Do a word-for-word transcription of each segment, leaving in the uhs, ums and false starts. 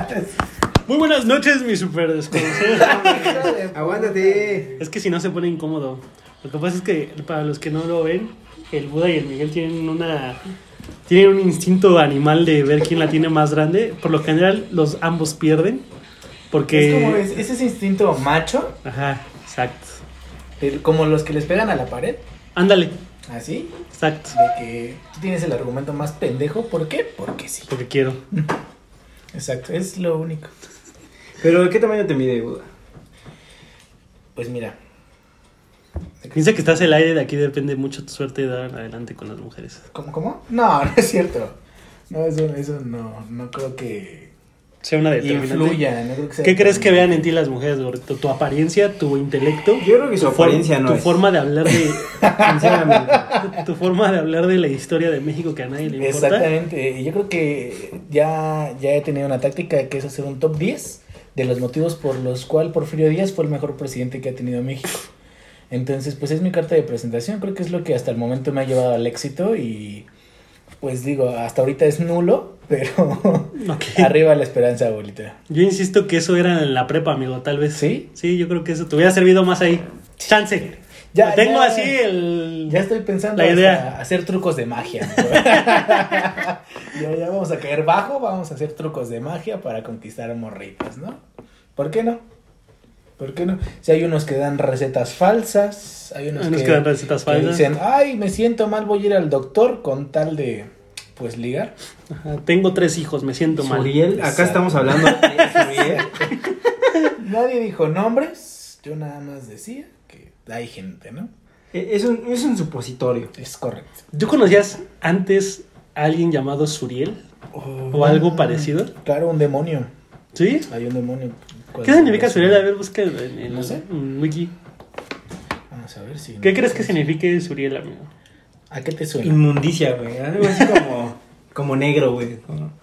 Muy buenas noches, mi super desconocido. Aguántate. Es que si no se pone incómodo. Lo que pasa es que para los que no lo ven, el Buda y el Miguel tienen una tienen un instinto animal de ver quién la tiene más grande. Por lo general, los ambos pierden. Porque... Es como es, es ese instinto macho. Ajá, exacto. El, como los que les pegan a la pared. Ándale. Así. Exacto. De que tú tienes el argumento más pendejo. ¿Por qué? Porque sí. Porque quiero. Exacto, es lo único. Pero ¿de qué tamaño te mide, Buda? Pues mira. Piensa que estás el aire, de aquí depende mucho tu suerte de dar adelante con las mujeres. ¿Cómo? ¿Cómo? No, no es cierto. No, eso, eso no, no creo que Sea una determinante. influya. No creo que sea ¿Qué crees que vean en determinante. ti las mujeres, Gorrito? ¿Tu apariencia, tu intelecto? Yo creo que su tu for- apariencia no Tu es. forma de hablar de... Sinceramente. tu, tu forma de hablar de la historia de México que a nadie le importa. Exactamente. Yo creo que ya, ya he tenido una táctica que es hacer un top diez de los motivos por los cuales Porfirio Díaz fue el mejor presidente que ha tenido México. Entonces, pues es mi carta de presentación. Creo que es lo que hasta el momento me ha llevado al éxito y... Pues digo, hasta ahorita es nulo, pero Ok. arriba la esperanza, abuelita. Yo insisto que eso era en la prepa, amigo, tal vez. ¿Sí? Sí, yo creo que eso te hubiera servido más ahí. Chance. Ya, Tengo ya. así el... Ya estoy pensando La idea. hasta hacer trucos de magia. ya, ya vamos a caer bajo, vamos a hacer trucos de magia para conquistar morritas, ¿no? ¿Por qué no? ¿Por qué no? Si hay unos que dan recetas falsas, hay unos, Hay unos que, que dan recetas que falsas. dicen, ay, me siento mal, voy a ir al doctor con tal de, pues, ligar. Ajá, tengo tres hijos, me siento mal. Suriel, acá Exacto. estamos hablando de Suriel. Nadie dijo nombres, yo nada más decía que hay gente, ¿no? Es un, es un supositorio. Es correcto. ¿Tú conocías antes a alguien llamado Suriel? ¿O algo parecido? Claro, un demonio. ¿Sí? Hay un demonio. ¿Qué significa Suriel? A ver, busca en, en, No sé. en Wiki. Vamos a ver si... ¿Qué crees que signifique Suriel, amigo? ¿A qué te suena? Inmundicia, güey. Algo así como, como negro, güey.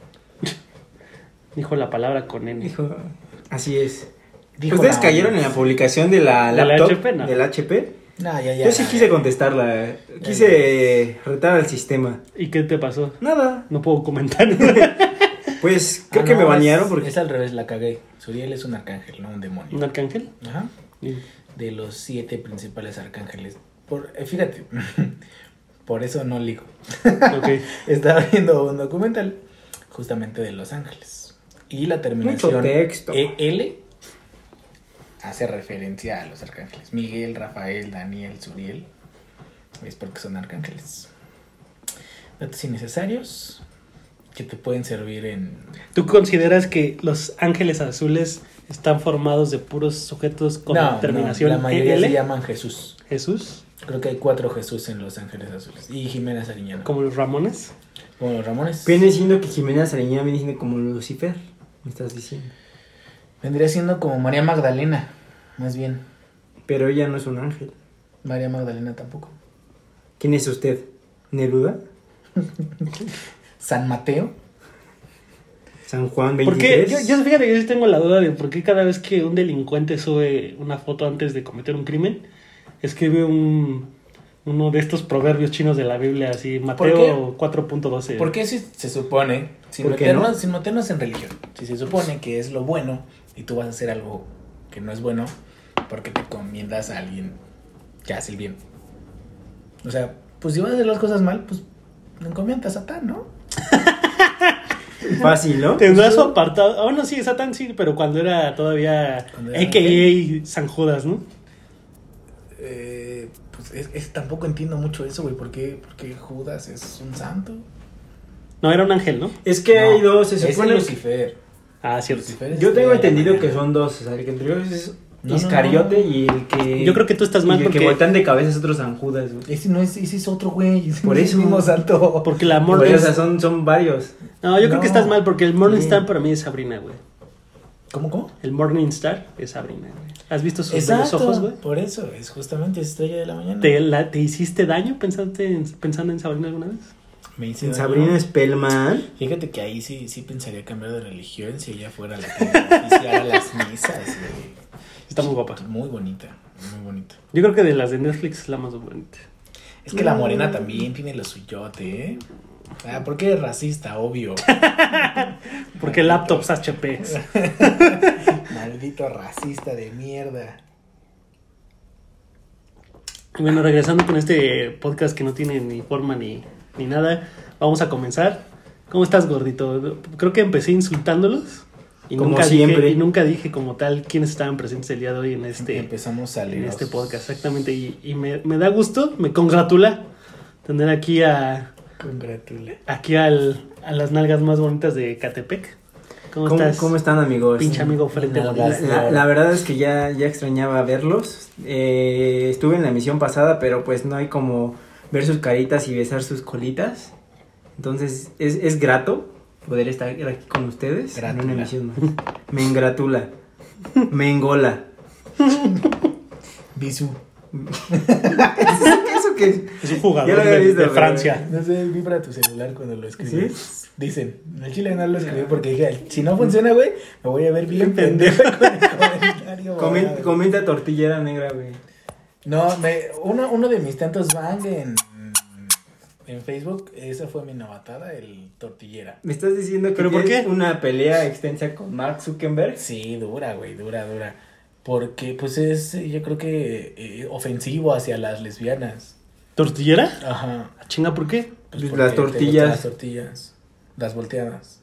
Dijo la palabra con N. Dijo, así es. Dijo ¿Ustedes la- cayeron en la publicación de la ¿De la laptop? H P? No. ¿Del H P? No, ya, ya. Yo sí quise contestarla. Quise retar al sistema. ¿Y qué te pasó? Nada. No puedo comentar. Pues creo Ah, que no, me banearon es- porque... Es al revés, la cagué. Suriel es un arcángel, no un demonio. ¿Un arcángel? Ajá. Sí. De los siete principales arcángeles. Por, eh, fíjate, por eso no ligo. Ok. Estaba viendo un documental justamente de Los Ángeles. Y la terminación Mucho texto. E L hace referencia a los arcángeles. Miguel, Rafael, Daniel, Suriel. Es porque son arcángeles. Datos innecesarios que te pueden servir en... ¿Tú consideras que los ángeles azules están formados de puros sujetos con No, terminación no, la mayoría E L? se llaman Jesús. Jesús, Creo que hay cuatro Jesús en Los Ángeles Azules. Y Jimena Sariñana. como los Ramones. Como los Ramones. Viene siendo que Jimena Sariñana viene siendo como Lucifer. Me estás diciendo. Vendría siendo como María Magdalena. Más bien. Pero ella no es un ángel. María Magdalena tampoco. ¿Quién es usted? ¿Neruda? San Mateo. ¿San Juan ¿Por qué? veintitrés? Yo, yo fíjate que yo sí tengo la duda de por qué cada vez que un delincuente sube una foto antes de cometer un crimen, escribe un uno de estos proverbios chinos de la Biblia, así, Mateo cuatro punto doce. ¿Por qué si se supone, sin ¿Por qué meternos, no? sin meternos en religión, si se supone que es lo bueno y tú vas a hacer algo que no es bueno, ¿por qué te encomiendas a alguien que hace el bien? O sea, pues si vas a hacer las cosas mal, pues no encomiendas a Satán, ¿no? Fácil, ¿no? Tendrá su apartado. Ah, bueno, sí, Satán sí, pero cuando era todavía Cuando era A K A San Judas, ¿no? Eh, pues es, es- tampoco entiendo mucho eso, güey. ¿Por qué, por qué Judas es un santo? No, era un ángel, ¿no? Es que No, hay dos, se ese supone... Lucifer. Ah, cierto. Lucifer es Yo tengo de la entendido mañana. que son dos, o sea, el que entre ellos es No, no, Iscariote no, no. y el que... Yo creo que tú estás mal y el porque- que voltean de cabeza es otro San Judas, güey. Ese no es, ese es otro güey. Ese Por no es eso. el mismo santo. Porque la Por Morning... eso, o sea, son, son varios. No, yo creo No. que estás mal porque el Morningstar Sí. para mí es Sabrina, güey. ¿Cómo, cómo? El Morningstar es Sabrina, güey. ¿Has visto sus bellos Exacto, ojos, güey? por eso, es justamente estrella de la mañana. ¿Te, la- ¿Te hiciste daño pensando en, pensando en Sabrina alguna vez? Me hice En daño. Sabrina Spellman. Fíjate que ahí sí, sí pensaría cambiar de religión si ella fuera la que oficiara las misas, güey. Está muy guapa. Muy bonita, muy bonita. Yo creo que de las de Netflix es la más bonita. Es que la morena también tiene lo suyote, ¿eh? Ah, ¿por qué eres racista? Obvio. Porque laptops H P. Maldito racista de mierda. Y bueno, regresando con este podcast que no tiene ni forma ni, ni nada, vamos a comenzar. ¿Cómo estás, gordito? Creo que empecé insultándolos y, Como nunca siempre. dije, y nunca dije como tal quiénes estaban presentes el día de hoy en este, Empezamos a en leer este podcast. Exactamente, y, y me, me da gusto, me congratula tener aquí a Congratula. aquí al, a las nalgas más bonitas de Catepec. ¿Cómo, ¿Cómo, estás? ¿Cómo están, amigos? Pinche amigo frente Nalgas. bonito. La, la, la verdad es que ya, ya extrañaba verlos. Eh, estuve en la emisión pasada, pero pues no hay como ver sus caritas y besar sus colitas. Entonces es, es grato poder estar aquí con ustedes Grátula. en una emisión más. Me engratula. Me engola. Bisú. ¿Eso qué es? Es un Ya jugador lo había de, visto, de pero- Francia. No sé, vibra tu celular cuando lo escribes. ¿Sí? Dicen, el chile no lo escribí porque dije, si no funciona, güey, me voy a ver bien pendejo con el comentario. Comen- güey. comenta tortillera negra, güey. No, me, uno, uno de mis tantos bang en, en Facebook, esa fue mi novatada, el tortillera. ¿Me estás diciendo que ¿Pero por tienes qué? una pelea extensa con Mark Zuckerberg? Sí, dura, güey, dura, dura. Porque, pues, es, yo creo que eh, ofensivo hacia las lesbianas. ¿Tortillera? Ajá. Chinga, ¿por qué? Pues Las porque te tortillas. gustan Las tortillas. Las volteadas.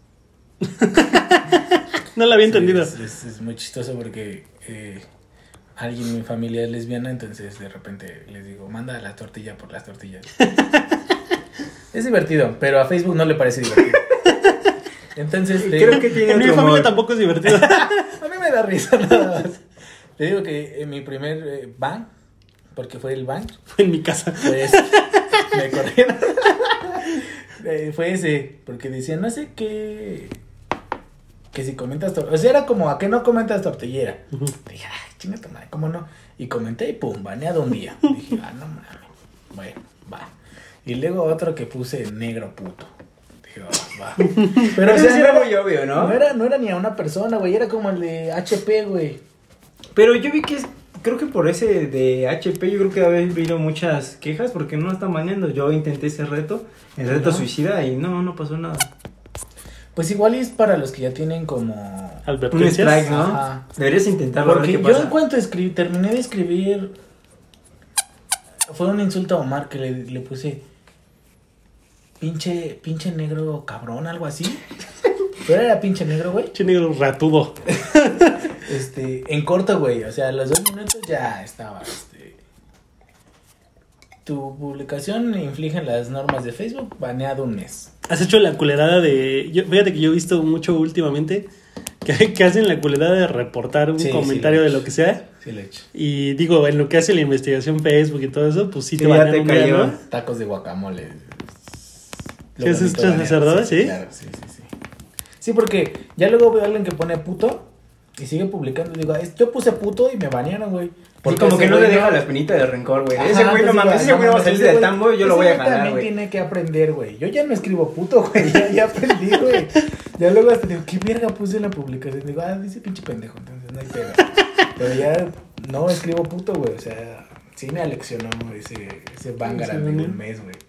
No la había Sí, entendido. es, es- es muy chistoso porque eh, alguien en mi familia es lesbiana, entonces de repente les digo, manda la tortilla por las tortillas. Es divertido, pero a Facebook no le parece divertido. Entonces le Creo que tiene En mi otro familia humor. tampoco es divertido. a mí me da risa nada más. Te digo que en mi primer eh, ban, porque fue el ban, Fue en mi casa. pues me corrieron. Eh, fue ese, porque decían, no sé qué, que si comentas tortillera, o sea, era como, ¿a qué no comentas tortillera? Ujú. Dije, ay, chinga tu madre, ¿cómo no? Y comenté y pum, baneado un día. Dije, ah, no mames, bueno, va. Y luego otro que puse negro puto. Dije, ah, va. Pero, o Eso sea, sí no era era, muy obvio, ¿no? no era, no era ni a una persona, güey, era como el de H P, güey. Pero yo vi que es, creo que por ese de H P, yo creo que ha habido muchas quejas porque no lo están baneando. Yo intenté ese reto, el reto Ajá. suicida, y no, no pasó nada. Pues igual es para los que ya tienen como... Un Advertencias. strike, ¿no? Ajá. Deberías intentarlo. a ver Porque qué yo pasa. en cuanto escribí, terminé de escribir, fue un insulto a Omar que le, le puse pinche, pinche negro cabrón, algo así. Pero era pinche negro, güey. Che negro ratudo. Este, en corto, güey. O sea, a los dos minutos ya estaba, este. Tu publicación inflige las normas de Facebook, baneado un mes. ¿Has hecho la culerada de... Yo, fíjate que yo he visto mucho últimamente que, que hacen la culerada de reportar un Sí, sí, comentario lo he de hecho. lo que sea. Sí, lo he hecho. Y digo, en lo que hace la investigación Facebook y todo eso, pues sí te Sí, ya banean te un día, cayó. ¿no? Tacos de guacamole. ¿Sí has bonito hecho baneado, sacerdote, sí? Claro, sí, sí, sí. Sí, porque ya luego veo a alguien que pone puto y sigue publicando. Digo, "Ay, yo puse puto y me banearon, güey. Sí, Porque como ese que no güey le deja la espinita de rencor, güey. Ajá, Ese güey no entonces mames, digo, ese güey no va a salir ese del güey- tambo, yo lo ese voy a güey jalar, también güey. tiene que aprender, güey. Yo ya no escribo puto, güey. Ya, ya aprendí, güey. Ya luego hasta digo, ¿qué verga puse en la publicación? Digo, ah, dice pinche pendejo, entonces no hay pedo. Pero ya no escribo puto, güey. O sea, sí me aleccionó ese, ese bángara Sí, de ¿no? un mes, güey.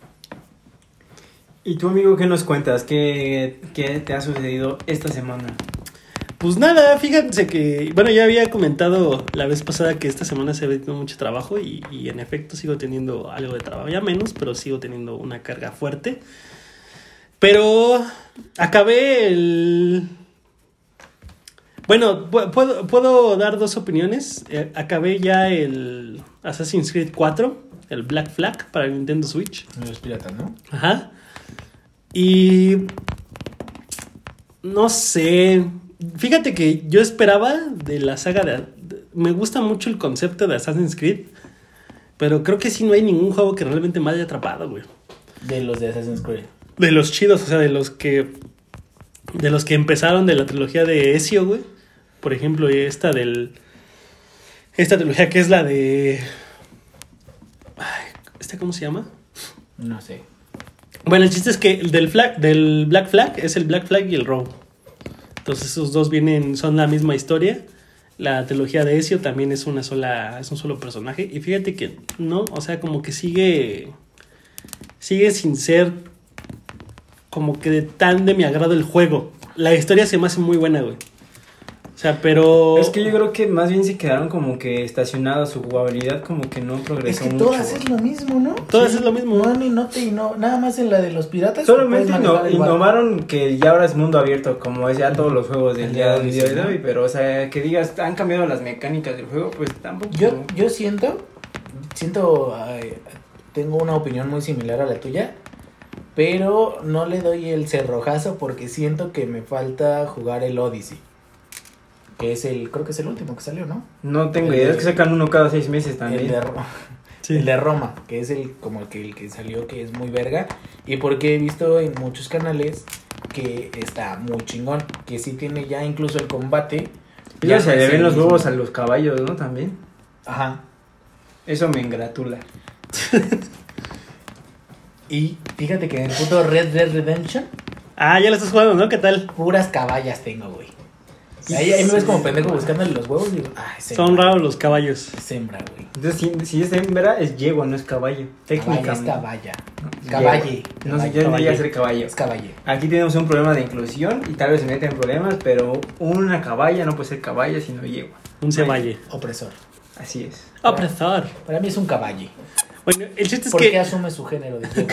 ¿Y tú, amigo, qué nos cuentas? ¿Qué, qué te ha sucedido esta semana? Pues nada, fíjense que, bueno, ya había comentado la vez pasada que esta semana se ve con mucho trabajo y, y en efecto sigo teniendo algo de trabajo, ya menos, pero sigo teniendo una carga fuerte. Pero acabé el... Bueno, pu- puedo, puedo dar dos opiniones. Eh, acabé ya el Assassin's Creed cuatro, el Black Flag para el Nintendo Switch. Los piratas, ¿no? Ajá. Y no sé. Fíjate que yo esperaba de la saga de, de- me gusta mucho el concepto de Assassin's Creed, pero creo que sí no hay ningún juego que realmente me haya atrapado, güey. De los de Assassin's Creed. De los chidos, o sea, de los que de los que empezaron de la trilogía de Ezio, güey. Por ejemplo, esta del esta trilogía que es la de ay, ¿esta cómo se llama? No sé. Bueno, el chiste es que el del flag, del Black Flag es el Black Flag y el Rogue. Entonces esos dos vienen, son la misma historia. La trilogía de Ezio también es una sola, es un solo personaje. Y fíjate que no, o sea, como que sigue, sigue sin ser como que de tan de mi agrado el juego. La historia se me hace muy buena, güey. O sea, pero... Es que yo creo que más bien se quedaron como que estacionados, su jugabilidad como que no progresó Es que mucho. todas es lo mismo, ¿no? Todas es lo mismo. No, ni no te no, nada más en la de los piratas. Solamente puedes manejar inno- el barco. innovaron que ya ahora es mundo abierto, como es ya todos los juegos del El día de de día de Odyssey, hoy, ¿no? pero o sea, que digas, han cambiado las mecánicas del juego, pues tampoco. Yo, yo siento, siento, ay, tengo una opinión muy similar a la tuya, pero no le doy el cerrojazo porque siento que me falta jugar el Odyssey. Que es el, creo que es el último que salió, ¿no? No tengo El idea, de- es que sacan uno cada seis meses El también. de, Ro- Sí. el de Roma, que es el como el que, el que salió, que es muy verga. Y porque he visto en muchos canales que está muy chingón, que sí tiene ya incluso el combate. Ya se no le es ven el los mismo. huevos a los caballos, ¿no? También. Ajá. Eso me engratula. Y fíjate que en el puto Red Dead Redemption, Ah, ya lo estás jugando, ¿no? ¿Qué tal? puras caballas tengo, güey. Ahí, ahí me ves como pendejo buscándole los huevos y digo, ah, es hembra. Son raros los caballos. Es hembra, güey. Entonces, si, si es hembra, es yegua, no es caballo. Caballa, es Técnicamente. caballa. Yegua. Caballe. No sé, Caballe. yo no llegué a caballe. ser caballo. Es caballe. Aquí tenemos un problema de inclusión y tal vez se meten en problemas, pero una caballa no puede ser caballa sino yegua. Un ceballe. Opresor. Así es. Opresor. Para mí es un caballe. Bueno, el chiste es ¿Por que... qué asume su género de yegua?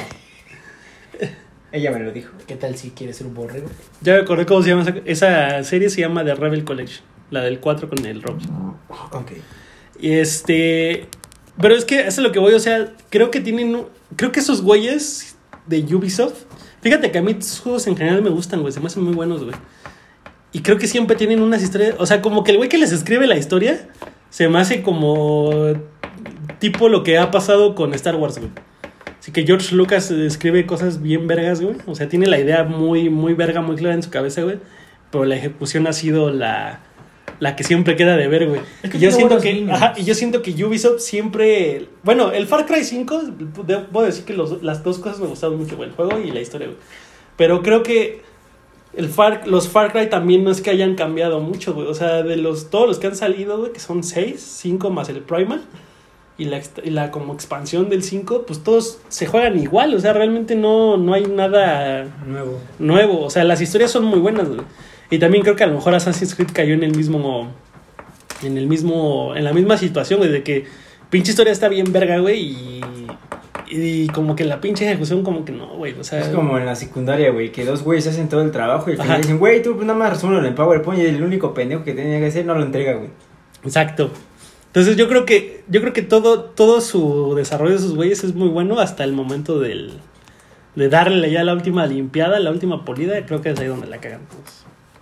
Ella me lo dijo. ¿Qué tal si quiere ser un borrego? Ya me acordé cómo se llama esa, esa serie, se llama The Rebel Collection. La del cuatro con el Rob. Ok. Y este... Pero es que eso es lo que voy, o sea, creo que tienen... un- Creo que esos güeyes de Ubisoft... Fíjate que a mí sus juegos en general me gustan, güey. Se me hacen muy buenos, güey. Y creo que siempre tienen unas historias... O sea, como que el güey que les escribe la historia... Se me hace como... Tipo lo que ha pasado con Star Wars, güey. Así que George Lucas escribe cosas bien vergas, güey. O sea, tiene la idea muy, muy verga, muy clara en su cabeza, güey. Pero la ejecución ha sido la... La que siempre queda de ver, güey. Es que Y yo tiene siento buenos que, niños. ajá, y yo siento que Ubisoft siempre... Bueno, el Far Cry cinco, debo decir que los, las dos cosas me gustaron mucho, güey. El juego y la historia, güey. Pero creo que el Far, los Far Cry también no es que hayan cambiado mucho, güey. O sea, de los todos los que han salido, güey, que son seis, cinco más el Primal y la, y la como expansión del cinco, pues todos se juegan igual. O sea, realmente no, no hay nada Nuevo. nuevo. O sea, las historias son muy buenas, güey. Y también creo que a lo mejor Assassin's Creed cayó en el mismo... En el mismo... En la misma situación, güey, de que pinche historia está bien verga, güey, y... Y como que la pinche ejecución como que no, güey, o sea... Es como en la secundaria, güey, que dos güeyes hacen todo el trabajo y al final Ajá. dicen, güey, tú pues nada más resúmelo en PowerPoint y el único pendejo que tenía que hacer no lo entrega, güey. Exacto. Entonces yo creo que... Yo creo que todo, todo su desarrollo de esos güeyes es muy bueno hasta el momento del... De darle ya la última limpiada, la última polida, creo que es ahí donde la cagan todos.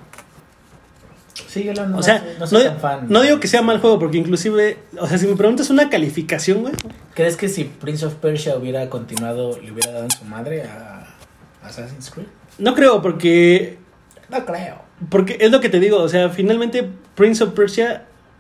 Sí, yo no, no, O sea, soy- no no, soy tan fan. no digo que sea mal juego, porque inclusive, o sea, si me preguntas una calificación, güey, ¿Crees que si Prince of Persia hubiera continuado, le hubiera dado en su madre a Assassin's Creed? no creo, porque, No creo. porque es lo que te digo, o sea, finalmente Prince of Persia,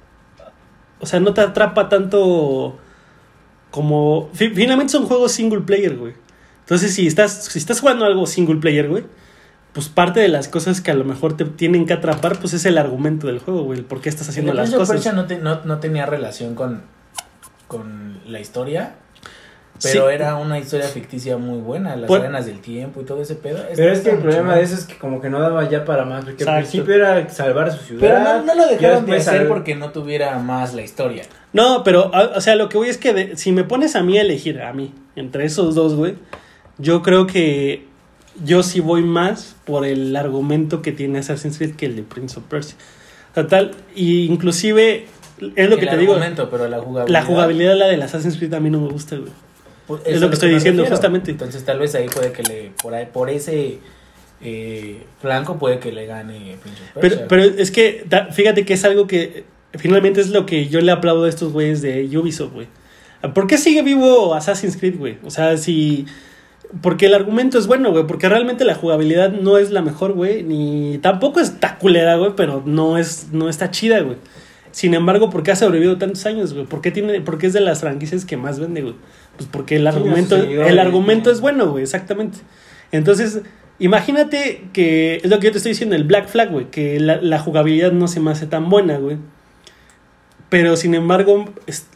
o sea, no te atrapa tanto como, fi- finalmente son juegos single player, güey. Entonces, si estás, si estás jugando algo single player, güey, pues parte de las cosas que a lo mejor te tienen que atrapar, pues es el argumento del juego, güey, el por qué estás haciendo El las Prince of cosas. Persia no, te- no, no tenía relación con, con la historia, pero Sí. era una historia ficticia muy buena, las Pues- arenas del tiempo y todo ese pedo. Pero es que el Está problema chingón. de eso es que como que no daba ya para más, porque al Exacto. principio era salvar su ciudad. Pero no, no lo ya dejaron de después hacer sal- porque no tuviera más la historia. No, pero, a- o sea, lo que voy es que de- si me pones a mí a elegir, a mí, entre esos dos, güey, yo creo que yo sí voy más por el argumento que tiene Assassin's Creed que el de Prince of Persia. O sea, tal, y inclusive, es lo que El te digo, argumento, pero la jugabilidad. la jugabilidad, la del Assassin's Creed a mí no me gusta, güey. Pues, es eso lo que estoy me diciendo, refiero. justamente. Entonces tal vez ahí puede que le, por ahí, por ese eh, flanco puede que le gane Prince of Persia. Pero, pero es que, da- fíjate que es algo que finalmente es lo que yo le aplaudo a estos güeyes de Ubisoft, güey. ¿Por qué sigue vivo Assassin's Creed, güey? O sea, si... Porque el argumento es bueno, güey. Porque realmente la jugabilidad no es la mejor, güey. Ni... Tampoco está culera, güey. Pero no es... No está chida, güey. Sin embargo, ¿por qué ha sobrevivido tantos años, güey? ¿Por qué tiene... ¿Por qué es de las franquicias que más vende, güey? Pues porque el Sí, argumento... sus seguidores, El argumento ¿no? es bueno, güey. Exactamente. Entonces... Imagínate que... Es lo que yo te estoy diciendo. El Black Flag, güey. Que la, la jugabilidad no se me hace tan buena, güey. Pero sin embargo... Es,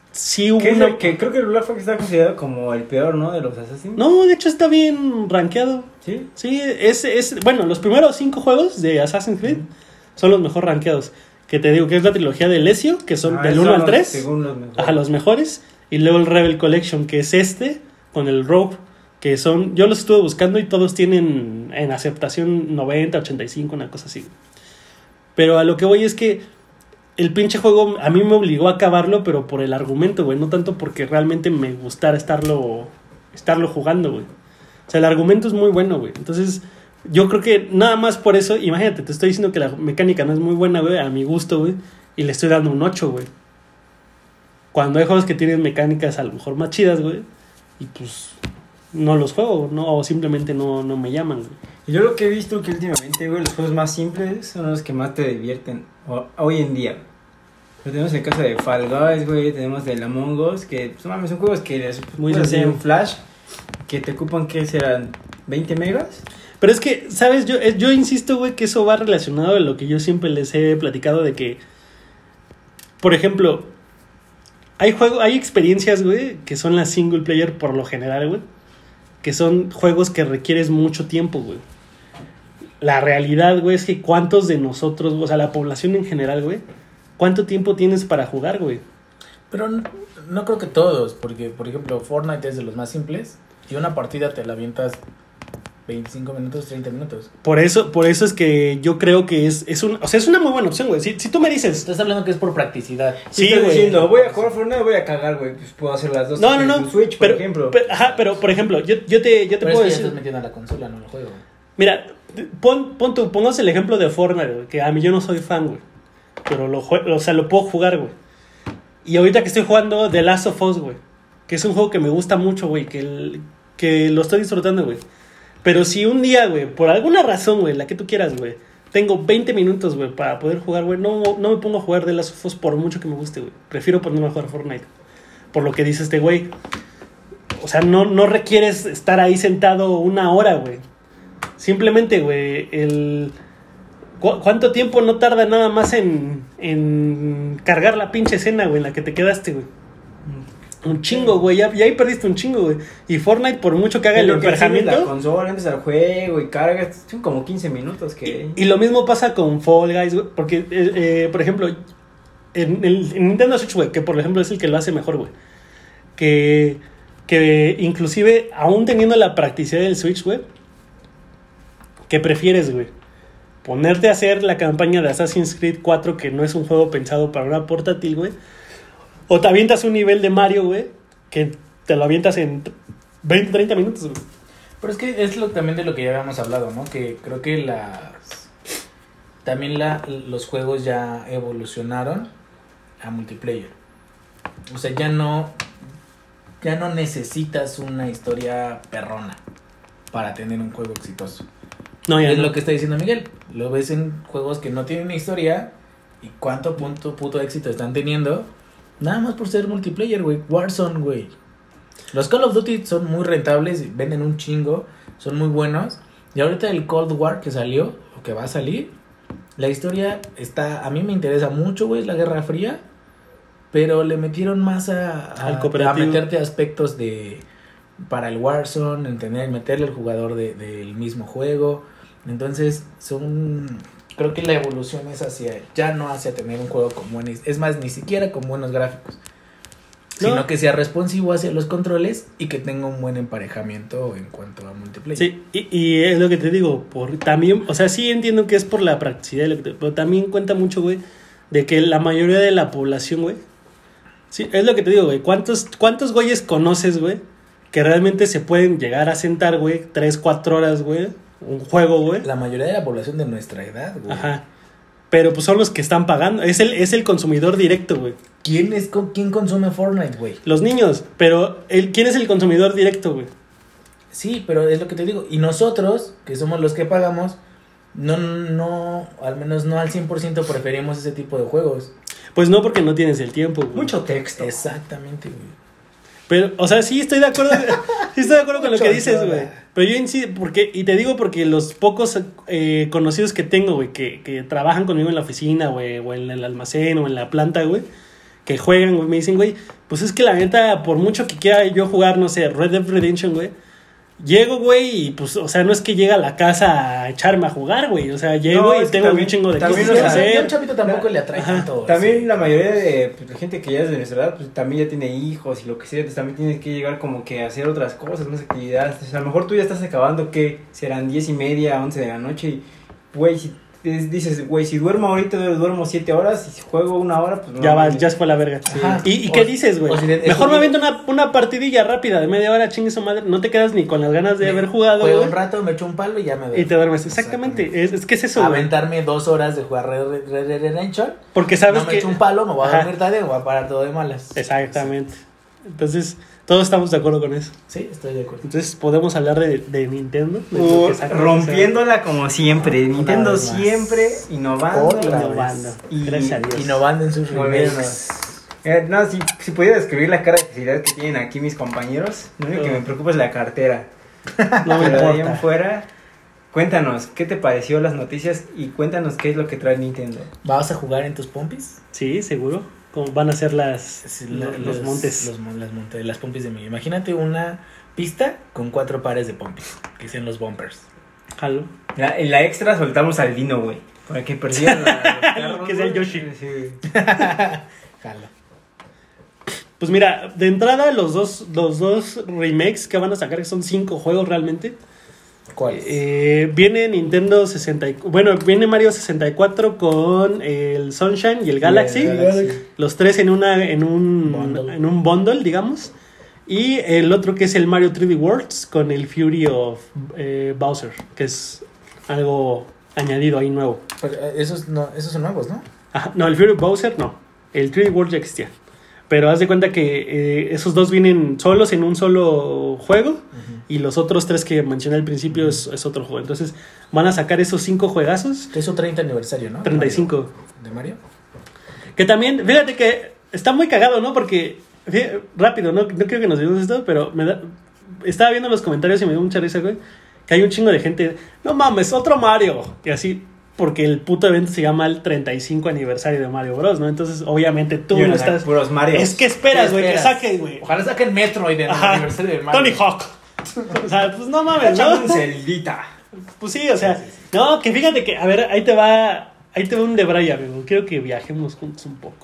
sí hubo Que, una... que creo que el Black Flag está considerado como el peor, ¿no? De los Assassin's. No, de hecho está bien rankeado. ¿Sí? Sí, es, es... Bueno, los primeros cinco juegos de Assassin's Creed son los mejor rankeados. Que te digo que es la trilogía de Ezio, que son Ah, del esos uno son al los- tres. según los mejores. Ajá, los mejores. Y luego el Rebel Collection, que es este, con el Rogue, que son... Yo los estuve buscando y todos tienen en aceptación noventa, ochenta y cinco, una cosa así. Pero a lo que voy es que el pinche juego a mí me obligó a acabarlo, pero por el argumento, güey. No tanto porque realmente me gustara estarlo, estarlo jugando, güey. O sea, el argumento es muy bueno, güey. Entonces, yo creo que nada más por eso, imagínate, te estoy diciendo que la mecánica no es muy buena, güey, a mi gusto, güey. Y le estoy dando un ocho, güey. Cuando hay juegos que tienen mecánicas a lo mejor más chidas, güey. Y pues no los juego, ¿no? O simplemente no, no me llaman, güey. Yo lo que he visto que últimamente, güey, los juegos más simples son los que más te divierten o- hoy en día. Pero tenemos el caso de Fall Guys, güey, tenemos el Among Us, que pues, mames, son juegos que les Muy puedes hacer sencillo. en Flash, que te ocupan, ¿qué serán? ¿veinte megas? Pero es que, ¿sabes? Yo, eh, yo insisto, güey, que eso va relacionado a lo que yo siempre les he platicado de que, por ejemplo, hay juego, hay experiencias, güey, que son las single player por lo general, güey, que son juegos que requieres mucho tiempo, güey. La realidad, güey, es que cuántos de nosotros, o sea, la población en general, güey, ¿cuánto tiempo tienes para jugar, güey? Pero no, no creo que todos, porque por ejemplo Fortnite es de los más simples y una partida te la avientas veinticinco minutos, treinta minutos. Por eso, por eso es que yo creo que es, es un, o sea, es una muy buena opción, güey. Si, si tú me dices, Estás hablando que es por practicidad. Sí, Estás güey. diciendo, voy a jugar Fortnite, voy a cagar, güey, pues puedo hacer las dos. no, no, en no, un Switch, por pero, ejemplo. pero- ajá, pero por ejemplo, yo, yo te, yo te Pero puedo es que ya decir, estás metiendo a la consola, no el juego. mira, pon, pon tu, pongamos el ejemplo de Fortnite, güey, que a mí yo no soy fan, güey, pero lo jue- o sea, lo puedo jugar, güey. Y ahorita que estoy jugando The Last of Us, güey, que es un juego que me gusta mucho, güey, que, el- que lo estoy disfrutando, güey. Pero si un día, güey, por alguna razón, güey, la que tú quieras, güey, tengo veinte minutos, güey, para poder jugar, güey, no, no me pongo a jugar The Last of Us por mucho que me guste, güey. Prefiero ponerme a jugar Fortnite. Por lo que dice este güey. O sea, no, no requieres estar ahí sentado una hora, güey. Simplemente, güey, el... ¿cu- ¿Cuánto tiempo no tarda nada más en, en cargar la pinche escena, güey, en la que te quedaste, güey? Un chingo, güey, ya, ya ahí perdiste un chingo, güey. Y Fortnite, por mucho que haga el Lo que enciendes emparejamiento... la consola, entras al juego y cargas, son como quince minutos que... Y lo mismo pasa con Fall Guys, güey, porque, eh, eh, por ejemplo, en el en Nintendo Switch, güey, que por ejemplo es el que lo hace mejor, güey, que, que inclusive, aún teniendo la practicidad del Switch, güey, ¿qué prefieres, güey? Ponerte a hacer la campaña de Assassin's Creed cuatro, que no es un juego pensado para una portátil, güey, o te avientas un nivel de Mario, güey, que te lo avientas en veinte, treinta minutos, güey. Pero es que es lo también de lo que ya habíamos hablado, ¿no? Que creo que las también la, los juegos ya evolucionaron a multiplayer. O sea, ya no ya no necesitas una historia perrona para tener un juego exitoso. No, ya Es no. lo que está diciendo Miguel. Lo ves en juegos que no tienen historia y cuánto punto puto éxito están teniendo nada más por ser multiplayer, güey. Warzone, güey. Los Call of Duty son muy rentables, venden un chingo, son muy buenos. Y ahorita el Cold War que salió, o que va a salir, la historia está, a mí me interesa mucho, güey, es la Guerra Fría, pero le metieron más a, a, Al cooperativo. a meterte aspectos de para el Warzone, entender, meterle al jugador de, del mismo juego. Entonces, son creo que la evolución es hacia ya no hacia tener un juego con buenos, es más, ni siquiera con buenos gráficos. No. Sino que sea responsivo hacia los controles y que tenga un buen emparejamiento en cuanto a multiplayer. Sí, y, y es lo que te digo, por también, o sea, sí entiendo que es por la practicidad, y lo que te- pero también cuenta mucho, güey, de que la mayoría de la población, güey, sí, es lo que te digo, güey, ¿cuántos, cuántos güeyes conoces, güey, que realmente se pueden llegar a sentar, güey, tres, cuatro horas, güey, un juego, güey? La mayoría de la población de nuestra edad, güey. Ajá. Pero pues son los que están pagando, es el, es el consumidor directo, güey. ¿Quién es con quién consume Fortnite, güey? Los niños, pero el, ¿quién es el consumidor directo, güey? Sí, pero es lo que te digo. Y nosotros, que somos los que pagamos, no, no, al menos no al cien por ciento preferimos ese tipo de juegos. Pues no, porque no tienes el tiempo, güey. Mucho texto. Exactamente, güey. Pero, o sea, sí estoy de acuerdo, sí estoy de acuerdo con lo que Mucho dices, ayuda. güey. Pero yo insisto, porque, y te digo porque los pocos eh, conocidos que tengo, güey, que, que trabajan conmigo en la oficina, güey, o en el almacén, o en la planta, güey, que juegan, güey, me dicen, güey, pues es que la neta, por mucho que quiera yo jugar, no sé, Red Dead Redemption, güey, llego, güey, y pues, o sea, no es que llegue a la casa a echarme a jugar, güey. O sea, llego No, y es que tengo también- un chingo de también, cosas o que sea, Y a un hacer. chavito tampoco La- le atrae Ajá. tanto. También sí. la mayoría de pues, la gente que ya es de nuestra edad, pues también ya tiene hijos y lo que sea, pues también tienes que llegar como que a hacer otras cosas, unas actividades. O sea, a lo mejor tú ya estás acabando, que serán diez y media, once de la noche y, güey, si es- dices, güey, si duermo ahorita, duermo siete horas y si juego una hora, pues no. Ya va, mames. ya se fue la verga. Ajá. ¿Y, y O- qué dices, güey? o si de- Mejor eso- me aviento una, una partidilla rápida de media hora, chingue su madre. No te quedas ni con las ganas de Me- haber jugado, Juego güey. un rato, me echo un palo y ya me Y te duermes. Exactamente. Es, es que es eso, güey. Aventarme dos horas de jugar Red Red- Red Dead Redemption. Porque sabes No me que... echo un palo, me voy a Ajá. dormir tarde y me voy a parar todo de malas. Exactamente. Entonces, todos estamos de acuerdo con eso. Sí, estoy de acuerdo. Entonces, podemos hablar de, de Nintendo. De lo Uh, que saca, rompiéndola como siempre. Nintendo vez más. siempre innovando. Otra innovando. Y- Gracias a Dios. Innovando en sus Muy bien, remakes. Eh, no, si, si pudiera describir la cara de felicidad que tienen aquí mis compañeros, lo único que me preocupa es la cartera. No me Pero de ahí en importa. fuera, cuéntanos, ¿qué te pareció las noticias? Y cuéntanos qué es lo que trae Nintendo. ¿Vas a jugar en tus pompis? Sí, seguro. Como van a ser las Sí, lo- la- los, montes. Los, mon- las, monte- las pompis de mí. Imagínate una pista con cuatro pares de pompis, que sean los bumpers. Jalo. La, en la extra soltamos al Dino, güey. Para que persiguieran a los carros, Que sea el güey. Yoshi. Sí. Jala. Pues mira, de entrada los dos, los dos remakes que van a sacar, que son cinco juegos realmente. ¿Cuál? Eh, viene Nintendo sesenta y cuatro, bueno, viene Mario sesenta y cuatro con el Sunshine y el Galaxy. el Galaxy. Los tres en una en un Bundle. en un bundle, digamos. Y el otro que es el Mario tres D Worlds con el Fury of eh, Bowser, que es algo añadido ahí nuevo. Pero, eh, esos, no, esos son nuevos, ¿no? Ajá, no, el Fury of Bowser no. El tres D World ya existía. Pero haz de cuenta que eh, esos dos vienen solos en un solo juego. Y los otros tres que mencioné al principio es, es otro juego. Entonces van a sacar esos cinco juegazos. Que es su treinta aniversario, ¿no? De treinta y cinco. Mario. ¿De Mario? Que también, fíjate que está muy cagado, ¿no? Porque, fí- rápido, no, no creo que nos digamos esto, pero me da, estaba viendo los comentarios y me dio mucha risa, güey. Que hay un chingo de gente, no mames, otro Mario. Y así, porque el puto evento se llama el treinta y cinco aniversario de Mario Bros, ¿no? Entonces, obviamente tú Y no van a estás... sacar puros Marios. Es que esperas, ¿Qué güey, que esperas? saquen, güey. Ojalá saquen Metroid en el Ajá. aniversario de Mario. Tony Hawk. O sea, pues no mames, Échame ¿no? un celdita. Pues sí, o sea, no, que fíjate que, a ver, ahí te va, ahí te va un debray, amigo. Quiero que viajemos juntos un poco.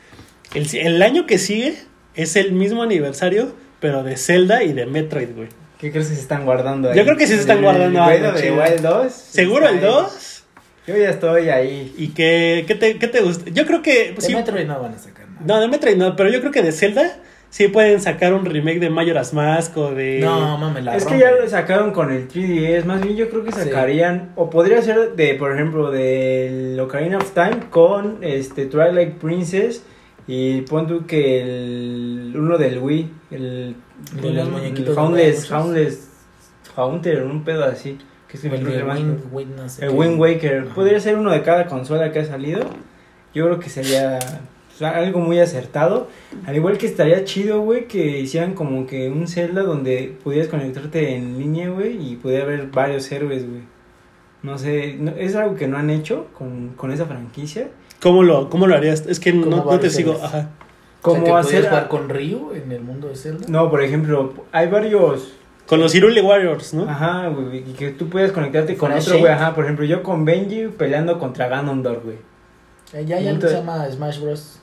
El, el año que sigue es el mismo aniversario, pero de Zelda y de Metroid, güey. ¿Qué crees que se están guardando ahí? Yo creo que sí se están El- guardando el algo bueno de chido. Wild dos. ¿Seguro el está ahí. dos? Yo ya estoy ahí. ¿Y qué, qué, te, qué te gusta? Yo creo que... De sí, Metroid no van a sacar nada. no, de Metroid no, pero yo creo que de Zelda sí pueden sacar un remake de Majora's Mask o de... No, mames, la Es que rompe. ya lo sacaron con el tres D S, más bien yo creo que Sí. sacarían, o podría ser de, por ejemplo, del Ocarina of Time con este Twilight Princess y pon tú que el uno del Wii, el, De los el muñequitos Houndless, de Houndless, Haunter, un pedo así, que es O el creo que de más- Wind, Wind, no sé el qué. Wind Waker, Ajá. podría ser uno de cada consola que ha salido. Yo creo que sería o sea, algo muy acertado. Al igual que estaría chido, güey, que hicieran como que un Zelda donde pudieras conectarte en línea, güey, y pudiera haber varios héroes, güey. No sé, no- es algo que no han hecho con, con esa franquicia. ¿Cómo lo, cómo lo harías? Es que no, ¿Cómo no te varios sigo. héroes? Ajá. O sea, Como que hacer... podías jugar con Ryu en el mundo de Zelda. No, por ejemplo, hay varios... Con los Hyrule Warriors, ¿no? Ajá, güey, y que tú puedes conectarte con Con otro, Shake. güey, ajá. Por ejemplo, yo con Benji peleando contra Ganondorf, güey. Ya, ya, ya Entonces- se llama Smash Bros.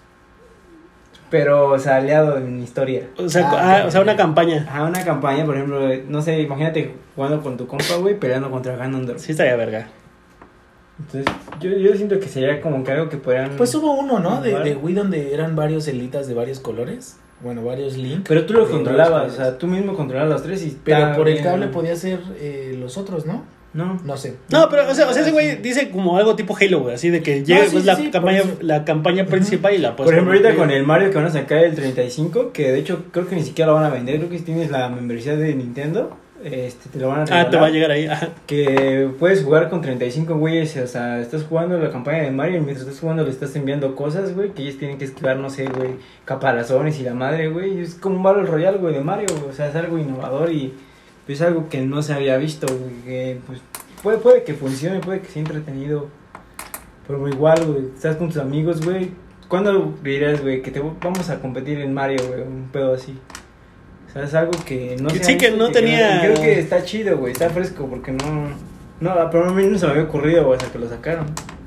Pero, o sea, aliado en historia. O sea, Ah, ah, ok, o sea, una ok. campaña. Ajá, una campaña, por ejemplo, de- no sé, imagínate jugando con tu compa, güey, peleando contra Ganondorf. Sí estaría verga. Entonces, yo, yo siento que sería como que algo que podrían... Pues hubo uno, ¿no? De, Vale. de Wii donde eran varios elitas de varios colores. Bueno, varios Link. Pero tú los de controlabas, o varios sea, colores. tú mismo controlabas los tres y... Pero está por el bien. cable podía ser eh, los otros, ¿no? No. No sé. No, pero, o sea, o sea, ese güey dice como algo tipo Halo, güey. Así de que llega sí, pues, sí, la, sí, campaña, por eso. la campaña principal y la puedes Por ejemplo, ahorita poner. con el Mario que van a sacar el treinta y cinco, que de hecho creo que ni siquiera lo van a vender, creo que si tienes la membresía de Nintendo, este, te lo van a regalar. Ah, te va a llegar ahí. Ajá. Que puedes jugar con treinta y cinco güeyes, o sea, estás jugando la campaña de Mario y mientras estás jugando le estás enviando cosas, güey, que ellos tienen que esquivar, no sé, güey, caparazones y la madre, güey, y es como un Battle Royale, güey, de Mario, güey, o sea, es algo innovador y es algo que no se había visto, güey, que pues puede, puede que funcione, puede que sea entretenido, pero igual, güey, estás con tus amigos, güey, ¿cuándo dirás, güey, que te vamos a competir en Mario, güey? Un pedo así. O sea, es algo que no sé. Sí, que no tenía... Creo que está chido, güey, está fresco, porque no... No, pero a mí no se me había ocurrido, güey, hasta que lo sacaron.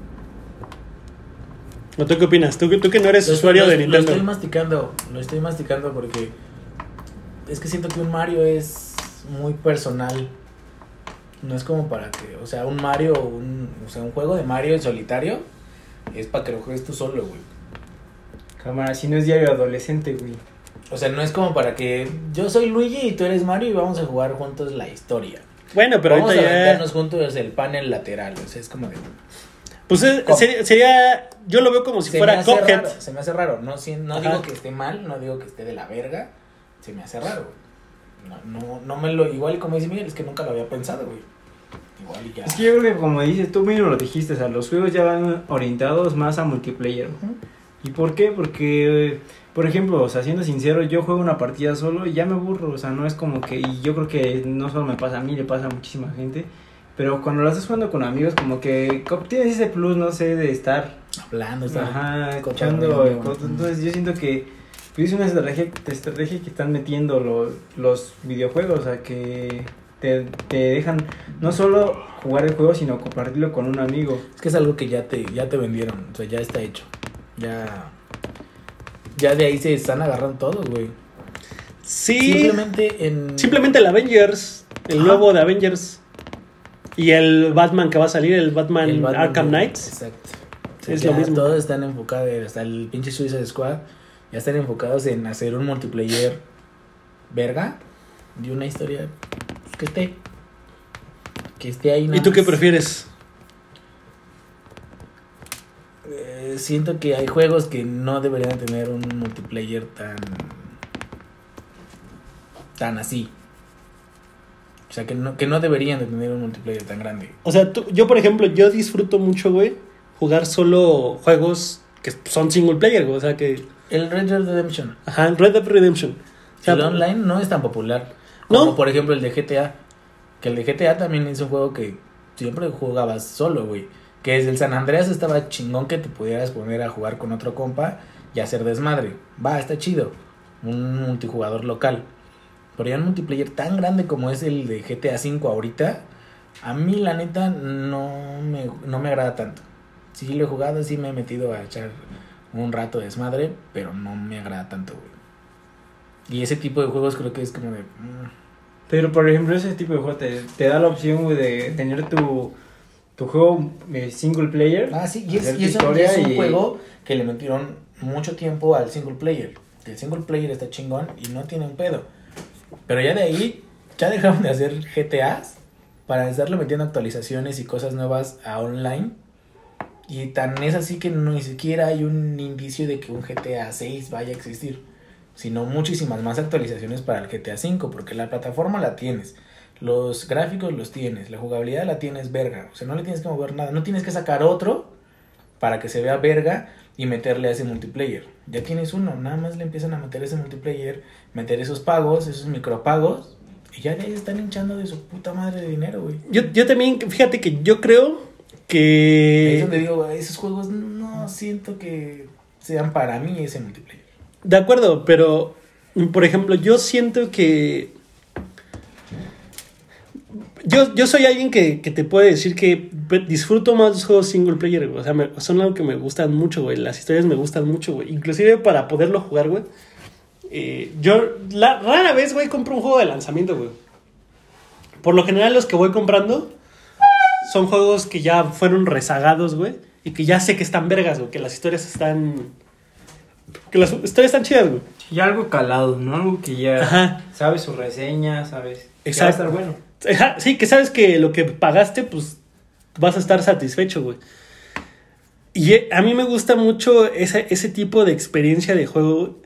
¿O tú qué opinas? ¿Tú, tú que no eres Lo- usuario lo- de Lo Nintendo? estoy masticando, lo estoy masticando porque es que siento que un Mario es muy personal. No es como para que, o sea, un Mario, un, o sea, un juego de Mario en solitario es para que lo juegues tú solo, güey. Cámara, si no es diario adolescente, güey. O sea, no es como para que yo soy Luigi y tú eres Mario y vamos a jugar juntos la historia. Bueno, pero vamos a ahorita ya... aventarnos juntos el panel lateral, o sea, es como de... Pues eh, ¿Cómo? sería, sería... Yo lo veo como si se fuera me hace Cuphead. raro, se me hace raro, no, si- no Ajá. digo que esté mal, no digo que esté de la verga, se me hace raro, güey. No, no, no me lo, igual y como dice Miguel, es que nunca lo había pensado, güey. Igual y ya. Es que yo creo que como dices, tú mismo lo dijiste, o sea, los juegos ya van orientados más a multiplayer. Ujú. ¿Y por qué? Porque, por ejemplo, o sea, siendo sincero, yo juego una partida solo y ya me aburro, o sea, no es como que, y yo creo que no solo me pasa a mí, le pasa a muchísima gente, pero cuando lo estás jugando con amigos, como que co- tienes ese plus, no sé, de estar, Hablando, está ajá, escuchando, cotorreando. cosas. Entonces yo siento que pues, es una estrategia, estrategia que están metiendo los, los videojuegos, o sea, que te, te dejan no solo jugar el juego, sino compartirlo con un amigo. Es que es algo que ya te, ya te vendieron, o sea, ya está hecho. Ya, ya de ahí se están agarrando todos, güey. Sí. Simplemente en... Simplemente el Avengers. El Ajá. nuevo de Avengers. Y el Batman que va a salir, el Batman, el Batman Arkham de- Knights. Exacto. Es Ya lo mismo. Todos están enfocados, hasta el pinche Suicide Squad, ya están enfocados en hacer un multiplayer verga de una historia pues, que esté. Que esté ahí nada ¿Y tú qué más. prefieres? Eh, siento que hay juegos que no deberían tener un multiplayer tan tan así. O sea, que no, que no deberían de tener un multiplayer tan grande. O sea, tú- yo por ejemplo, yo disfruto mucho, güey, jugar solo juegos que son single player, güey. O sea que... El Red Dead Redemption, Ajá, Red Dead Redemption. O sea, el online no es tan popular como No. por ejemplo el de G T A. Que el de G T A también es un juego que siempre jugabas solo, güey. Que desde el San Andreas estaba chingón que te pudieras poner a jugar con otro compa y hacer desmadre. Va, está chido. Un multijugador local. Pero ya un multiplayer tan grande como es el de G T A cinco ahorita, a mí la neta no me, no me agrada tanto. Sí lo he jugado, sí me he metido a echar un rato de desmadre, pero no me agrada tanto, güey. Y ese tipo de juegos creo que es como de... mm, Pero por ejemplo ese tipo de juego te, te da la opción, güey, de tener tu, tu juego eh, single player. Ah, sí, y es, hacer y tu es, un- y historia es un y- juego que le metieron mucho tiempo al single player. El single player está chingón y no tiene un pedo. Pero ya de ahí, ya dejaron de hacer G T As para estarle metiendo actualizaciones y cosas nuevas a online. Y tan es así que ni siquiera hay un indicio de que un G T A seis vaya a existir. Sino muchísimas más actualizaciones para el G T A cinco, porque la plataforma la tienes. Los gráficos los tienes, la jugabilidad la tienes verga. O sea, no le tienes que mover nada. No tienes que sacar otro para que se vea verga y meterle a ese multiplayer. Ya tienes uno, nada más le empiezan a meter ese multiplayer, meter esos pagos, esos micropagos, y ya de ahí están hinchando de su puta madre de dinero, güey. yo, yo también, fíjate que yo creo Ahí es que... donde digo, esos juegos no siento que sean para mí ese multiplayer. De acuerdo, pero por ejemplo, yo siento que yo, yo soy alguien que, que te puede decir que disfruto más los juegos single player, güey. O sea, me, son algo que me gustan mucho, güey. Las historias me gustan mucho, güey. Inclusive para poderlo jugar, güey. Eh, yo la, rara vez, güey, compro un juego de lanzamiento, güey. Por lo general los que voy comprando son juegos que ya fueron rezagados, güey. Y que ya sé que están vergas, güey. Que las historias están... Que las historias están chidas, güey. Ya algo calado, ¿no? Algo que ya Ajá. sabes su reseña, sabes. que Exacto. va a estar bueno. Ajá, sí, que sabes que lo que pagaste, pues vas a estar satisfecho, güey. Y eh, a mí me gusta mucho ese, ese tipo de experiencia de juego.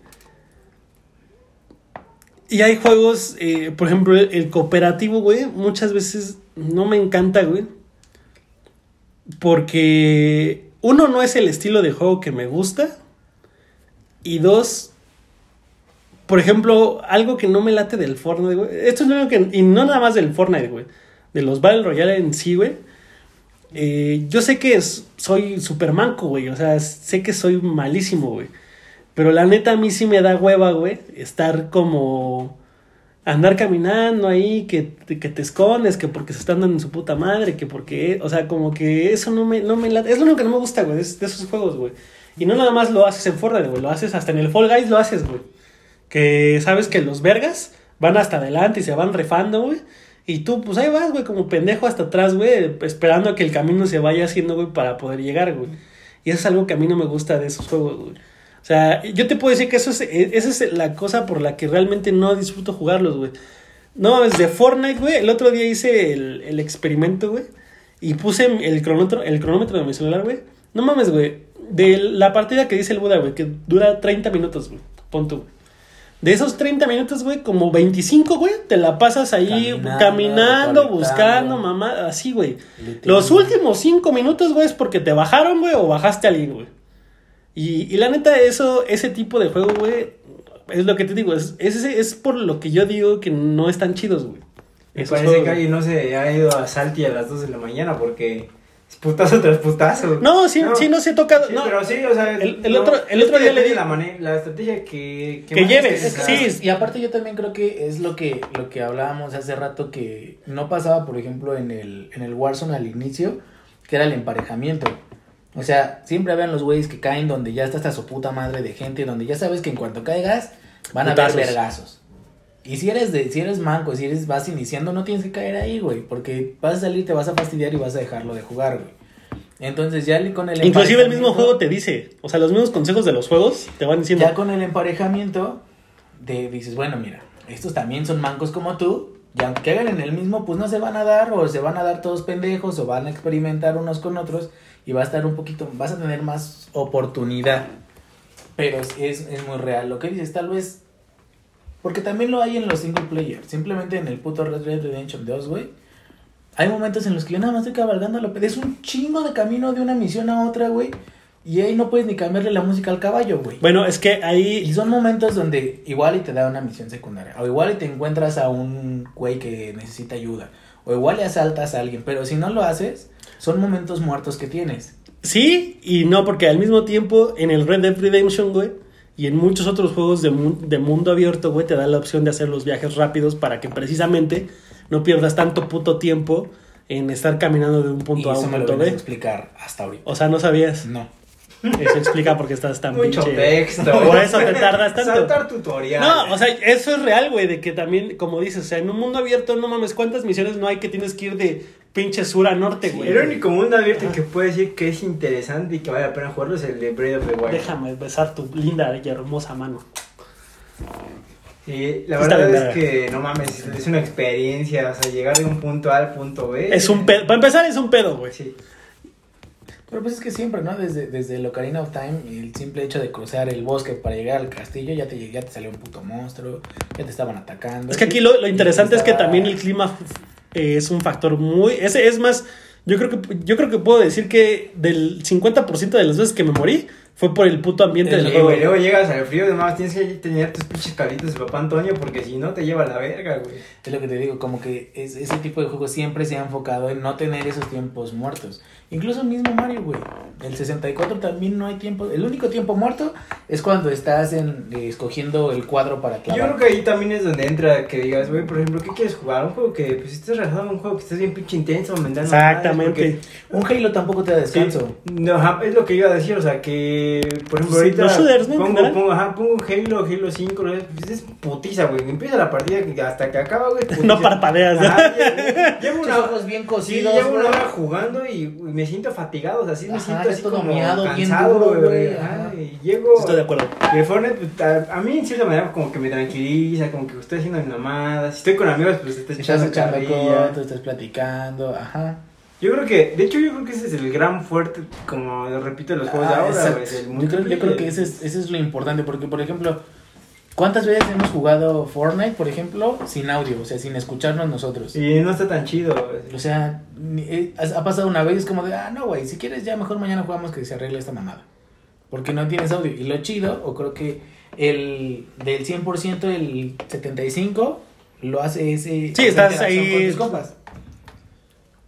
Y hay juegos, eh, por ejemplo, el, el cooperativo, güey, muchas veces no me encanta, güey. Porque, uno, no es el estilo de juego que me gusta. Y dos, por ejemplo, algo que no me late del Fortnite, güey. Esto es lo que... Y no nada más del Fortnite, güey. De los Battle Royale en sí, güey. eh, yo sé que es, soy super manco, güey, o sea, sé que soy malísimo, güey. Pero la neta a mí sí me da hueva, güey, estar como... andar caminando ahí, que, que te escondes, que porque se están dando en su puta madre, que porque... O sea, como que eso no me... No me late. Es lo único que no me gusta, güey, de, de esos juegos, güey. Y no nada más lo haces en Fortnite, güey, lo haces hasta en el Fall Guys lo haces, güey. Que sabes que los vergas van hasta adelante y se van refando, güey. Y tú, pues ahí vas, güey, como pendejo hasta atrás, güey, esperando a que el camino se vaya haciendo, güey, para poder llegar, güey. Y eso es algo que a mí no me gusta de esos juegos, güey. O sea, yo te puedo decir que eso es, esa es la cosa por la que realmente no disfruto jugarlos, güey. No, desde Fortnite, güey, el otro día hice el, el experimento, güey, y puse el cronómetro, el cronómetro de mi celular, güey. No mames, güey, de la partida que dice el Buda, güey, que dura treinta minutos, güey, pon tú, güey. De esos treinta minutos, güey, como veinticinco, güey, te la pasas ahí caminando, caminando buscando, mamá, así, güey. Los últimos cinco minutos, güey, es porque te bajaron, güey, o bajaste a alguien, güey. Y, y la neta, eso, ese tipo de juego, güey, es lo que te digo, es, es, es por lo que yo digo que no están chidos, güey. Me parece juegos, que alguien no se ha ido a Salty a las dos de la mañana porque... putazo tras putazo. No, sí, no, sí, no se toca. Sí, no. pero sí, o sea. El, el no, otro, el otro día le di la, manera, la estrategia que, que, que lleves. Es que, sí, y aparte yo también creo que es lo que, lo que hablábamos hace rato que no pasaba, por ejemplo, en el, en el Warzone al inicio, que era el emparejamiento. O sea, siempre habían los güeyes que caen donde ya está hasta su puta madre de gente, donde ya sabes que en cuanto caigas van a haber vergazos. Y si eres de, si eres manco, si eres vas iniciando, no tienes que caer ahí, güey, porque vas a salir, te vas a fastidiar y vas a dejarlo de jugar, güey. Entonces ya con el inclusive el mismo juego te dice, o sea, los mismos consejos de los juegos te van diciendo. Ya con el emparejamiento te dices, bueno, mira, estos también son mancos como tú, y aunque hagan en el mismo, pues no se van a dar, o se van a dar todos pendejos, o van a experimentar unos con otros, y va a estar un poquito, vas a tener más oportunidad. Pero es, es, es muy real lo que dices, tal vez. Porque también lo hay en los single player. Simplemente en el puto Red Dead Redemption dos, güey. Hay momentos en los que yo nada más estoy cabalgando. Lo, es un chingo de camino de una misión a otra, güey. Y ahí no puedes ni cambiarle la música al caballo, güey. Bueno, es que ahí... Y son momentos donde igual y te da una misión secundaria. O igual y te encuentras a un güey que necesita ayuda. O igual le asaltas a alguien. Pero si no lo haces, son momentos muertos que tienes. Sí y no, porque al mismo tiempo en el Red Dead Redemption, güey, y en muchos otros juegos de, mu- de mundo abierto, güey, te da la opción de hacer los viajes rápidos para que precisamente no pierdas tanto puto tiempo en estar caminando de un punto A a un punto B. Eso me lo explicar hasta ahorita. O sea, ¿no sabías? No. Eso explica por qué estás tan mucho pinche... texto. Por eso te tardas tanto. Saltar tutorial. No, o sea, eso es real, güey, de que también, como dices, o sea, en un mundo abierto, no mames, ¿cuántas misiones no hay que tienes que ir de pinche sur a norte, güey? El único mundo abierto Ajá. que puede decir que es interesante y que vale la pena jugarlo es el de Breath of the Wild. Déjame besar tu linda y hermosa mano. Sí, la Está verdad es que, no mames, es una experiencia, o sea, llegar de un punto A al punto B. Es un pedo, para empezar es un pedo, güey. Sí. Pero pues es que siempre, ¿no? Desde, desde el Ocarina of Time, el simple hecho de cruzar el bosque para llegar al castillo, ya te, ya te salió un puto monstruo, ya te estaban atacando. Es que aquí lo, lo interesante estaba... es que también el clima eh, es un factor muy... Ese es más, yo creo que yo creo que puedo decir que del cincuenta por ciento de las veces que me morí fue por el puto ambiente el, del juego. Luego llegas al frío, además tienes que tener tus pinches cabritos de papá Antonio porque si no te lleva a la verga, güey. Es lo que te digo, como que es, ese tipo de juegos siempre se ha enfocado en no tener esos tiempos muertos. Incluso el mismo Mario, güey. El sesenta y cuatro también no hay tiempo. El único tiempo muerto es cuando estás en, eh, escogiendo el cuadro para clavar. Yo creo que ahí también es donde entra que digas, güey, por ejemplo, ¿qué quieres jugar? Un juego que, pues, estés relajado, un juego que estés bien pinche intenso, aumentando. Exactamente. Un Halo tampoco te da descanso. Sí, no, ajá, es lo que iba a decir, o sea, que, por ejemplo, ahorita los shooters, ¿no? pongo, pongo, ajá, pongo un Halo, Halo cinco, pues es putiza, güey. Empieza la partida hasta que acaba, güey. No parpadeas. Ajá, llevo, llevo una ojos bien cocidos. Sí, llevo una hora jugando y me siento fatigado, o sea, sí me ajá, siento así como miado, cansado, güey. Y llego... Estoy de acuerdo. Y el Fortnite, a, a mí en cierta manera como que me tranquiliza, como que estoy haciendo mi mamada. Si estoy con amigos, pues estás echando carrilla. Tú estás platicando, ajá. Yo creo que, de hecho yo creo que ese es el gran fuerte, como repito, de los juegos ah, de ahora, güey. Yo creo, yo creo que ese es, ese es lo importante, porque por ejemplo, ¿cuántas veces hemos jugado Fortnite, por ejemplo, sin audio? O sea, sin escucharnos nosotros. Y no está tan chido, güey. O sea, eh, ha pasado una vez, es como de, ah, no, güey, si quieres ya mejor mañana jugamos que se arregle esta mamada. Porque no tienes audio. Y lo chido, o creo que el del cien por ciento, el setenta y cinco por ciento lo hace ese... Sí, estás ahí... Con tus compas.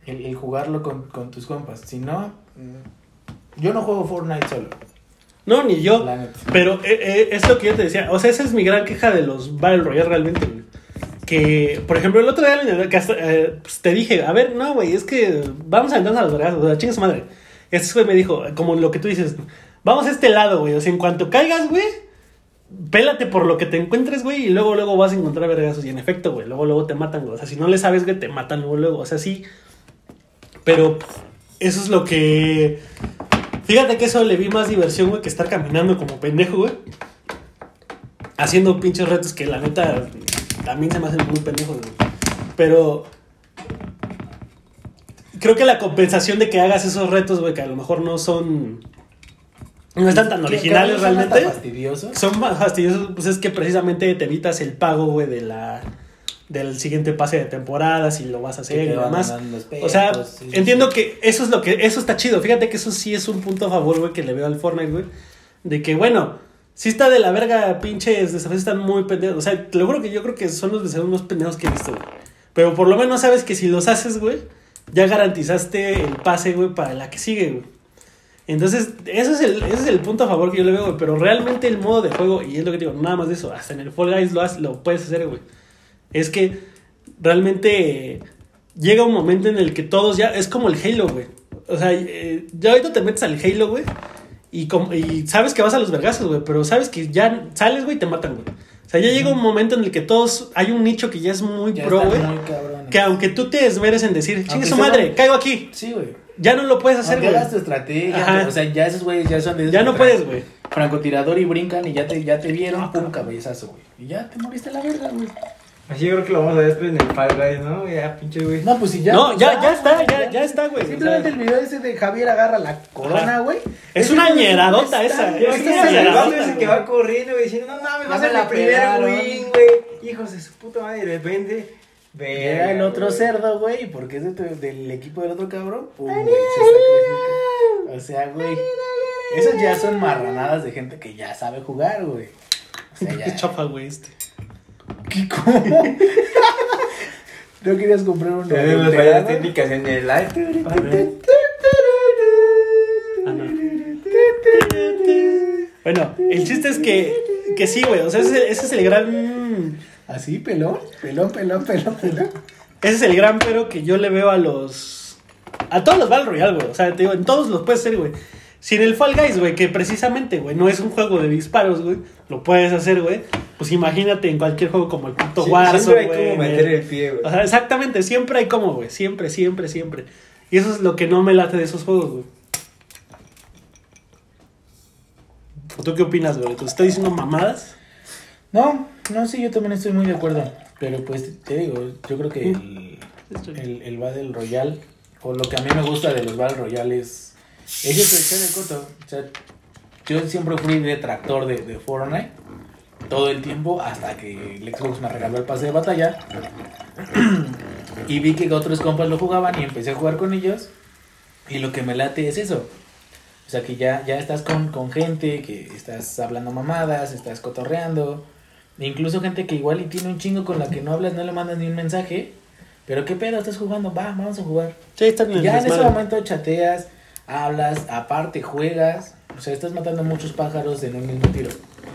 El, el jugarlo con, con tus compas. Si no, yo no juego Fortnite solo. No, ni yo. La neta. Pero eh, eh, es lo que yo te decía. O sea, esa es mi gran queja de los Battle Royale realmente, güey. Que, por ejemplo, el otro día que hasta, eh, pues te dije, a ver, no, güey, es que vamos a aventarnos a los vergazos, o sea, chinga su madre. Este güey me dijo, como lo que tú dices, vamos a este lado, güey. O sea, en cuanto caigas, güey, pélate por lo que te encuentres, güey, y luego, luego vas a encontrar vergazos. Y en efecto, güey, luego, luego te matan, güey. O sea, si no le sabes, güey, te matan luego, luego. O sea, sí. Pero eso es lo que... Fíjate que eso le vi más diversión, güey, que estar caminando como pendejo, güey. Haciendo pinches retos que la neta también se me hacen muy pendejos, güey. Pero creo que la compensación de que hagas esos retos, güey, que a lo mejor no son... No están tan originales son realmente. tan fastidiosos. Son más fastidiosos, pues es que precisamente te evitas el pago, güey, de la... del siguiente pase de temporada, si lo vas a hacer y demás. O sea, sí, entiendo sí. que eso es lo que... Eso está chido. Fíjate que eso sí es un punto a favor, güey, que le veo al Fortnite, güey. De que, bueno, sí está de la verga, pinches desafíos están muy pendejos. O sea, te lo juro que yo creo que son los desafíos más pendejos que he visto, güey. Pero por lo menos sabes que si los haces, güey, ya garantizaste el pase, güey, para la que sigue, güey. Entonces, ese es, el, ese es el punto a favor que yo le veo, güey. Pero realmente el modo de juego, y es lo que digo, nada más de eso, hasta en el Fall Guys lo, has, lo puedes hacer, güey. Es que realmente llega un momento en el que todos ya... Es como el Halo, güey. O sea, eh, ya ahorita te metes al Halo, güey. Y, com- y sabes que vas a los vergazos, güey. Pero sabes que ya sales, güey, y te matan, güey. O sea, ya uh-huh. llega un momento en el que todos... Hay un nicho que ya es muy ya pro, güey. Que aunque tú te esmeres en decir, chingue su madre, no... caigo aquí. Sí, güey. Ya no lo puedes hacer, güey. Ya tu estrategia. O sea, ya esos güeyes ya son de... Ya no puedes, güey. Francotirador y brincan y ya te, ya te vieron. Pum, cabezazo, güey. Y ya te moriste a la verga, güey. Así yo creo que lo vamos a ver después en el Fall Guys, ¿no? Ya, pinche güey. No, pues si ya. No, ya, ya está, ya, ya está, güey. Simplemente el video ese de Javier agarra la corona, güey. Es una ñeradota esa. Es una ñeradota ese que va corriendo, güey, diciendo, no mames, va a ser la primera win, güey. Hijos de su puta madre, de repente. Llega el otro cerdo, güey, porque es de tu, del equipo del otro cabrón. Pum, güey, se o sea, güey. Esas ya son marranadas de gente que ya sabe jugar, güey. O sea, ya. Qué chafa, güey, este. ¿Qué cómo? ¿No querías comprar un... Tenemos fallas técnicas en el live. Ah, no. Bueno, el chiste es que, que sí, güey. O sea, ese, ese es el gran... ¿Así, pelón? Pelón, pelón, pelón, pelón. Ese es el gran pero que yo le veo a los... A todos los Battle Royale, güey. O sea, te digo, en todos los puedes hacer, güey. Si en el Fall Guys, güey, que precisamente, güey, no es un juego de disparos, güey, lo puedes hacer, güey. Pues imagínate en cualquier juego como el puto sí, Warzone, siempre hay güey, como meter el pie, güey. O sea, exactamente, siempre hay como, güey. Siempre, siempre, siempre. Y eso es lo que no me late de esos juegos, güey. ¿Tú qué opinas, güey? ¿Te estoy diciendo mamadas? No, no, sí, yo también estoy muy de acuerdo. Pero pues te digo, yo creo que el, el, el Battle Royale, o lo que a mí me gusta de los Battle Royale es... Es eso de echar el coto. O sea, yo siempre fui detractor de, de Fortnite todo el tiempo hasta que el Xbox me regaló el pase de batalla y vi que otros compas lo jugaban y empecé a jugar con ellos y lo que me late es eso. O sea, que ya, ya estás con, con gente, que estás hablando mamadas, estás cotorreando, incluso gente que igual y tiene un chingo con la que no hablas, no le mandas ni un mensaje, pero qué pedo, estás jugando, va, vamos a jugar. Sí, está en el ya en desmadre. ese momento chateas, hablas, aparte juegas, o sea, estás matando muchos pájaros en un mismo tiro.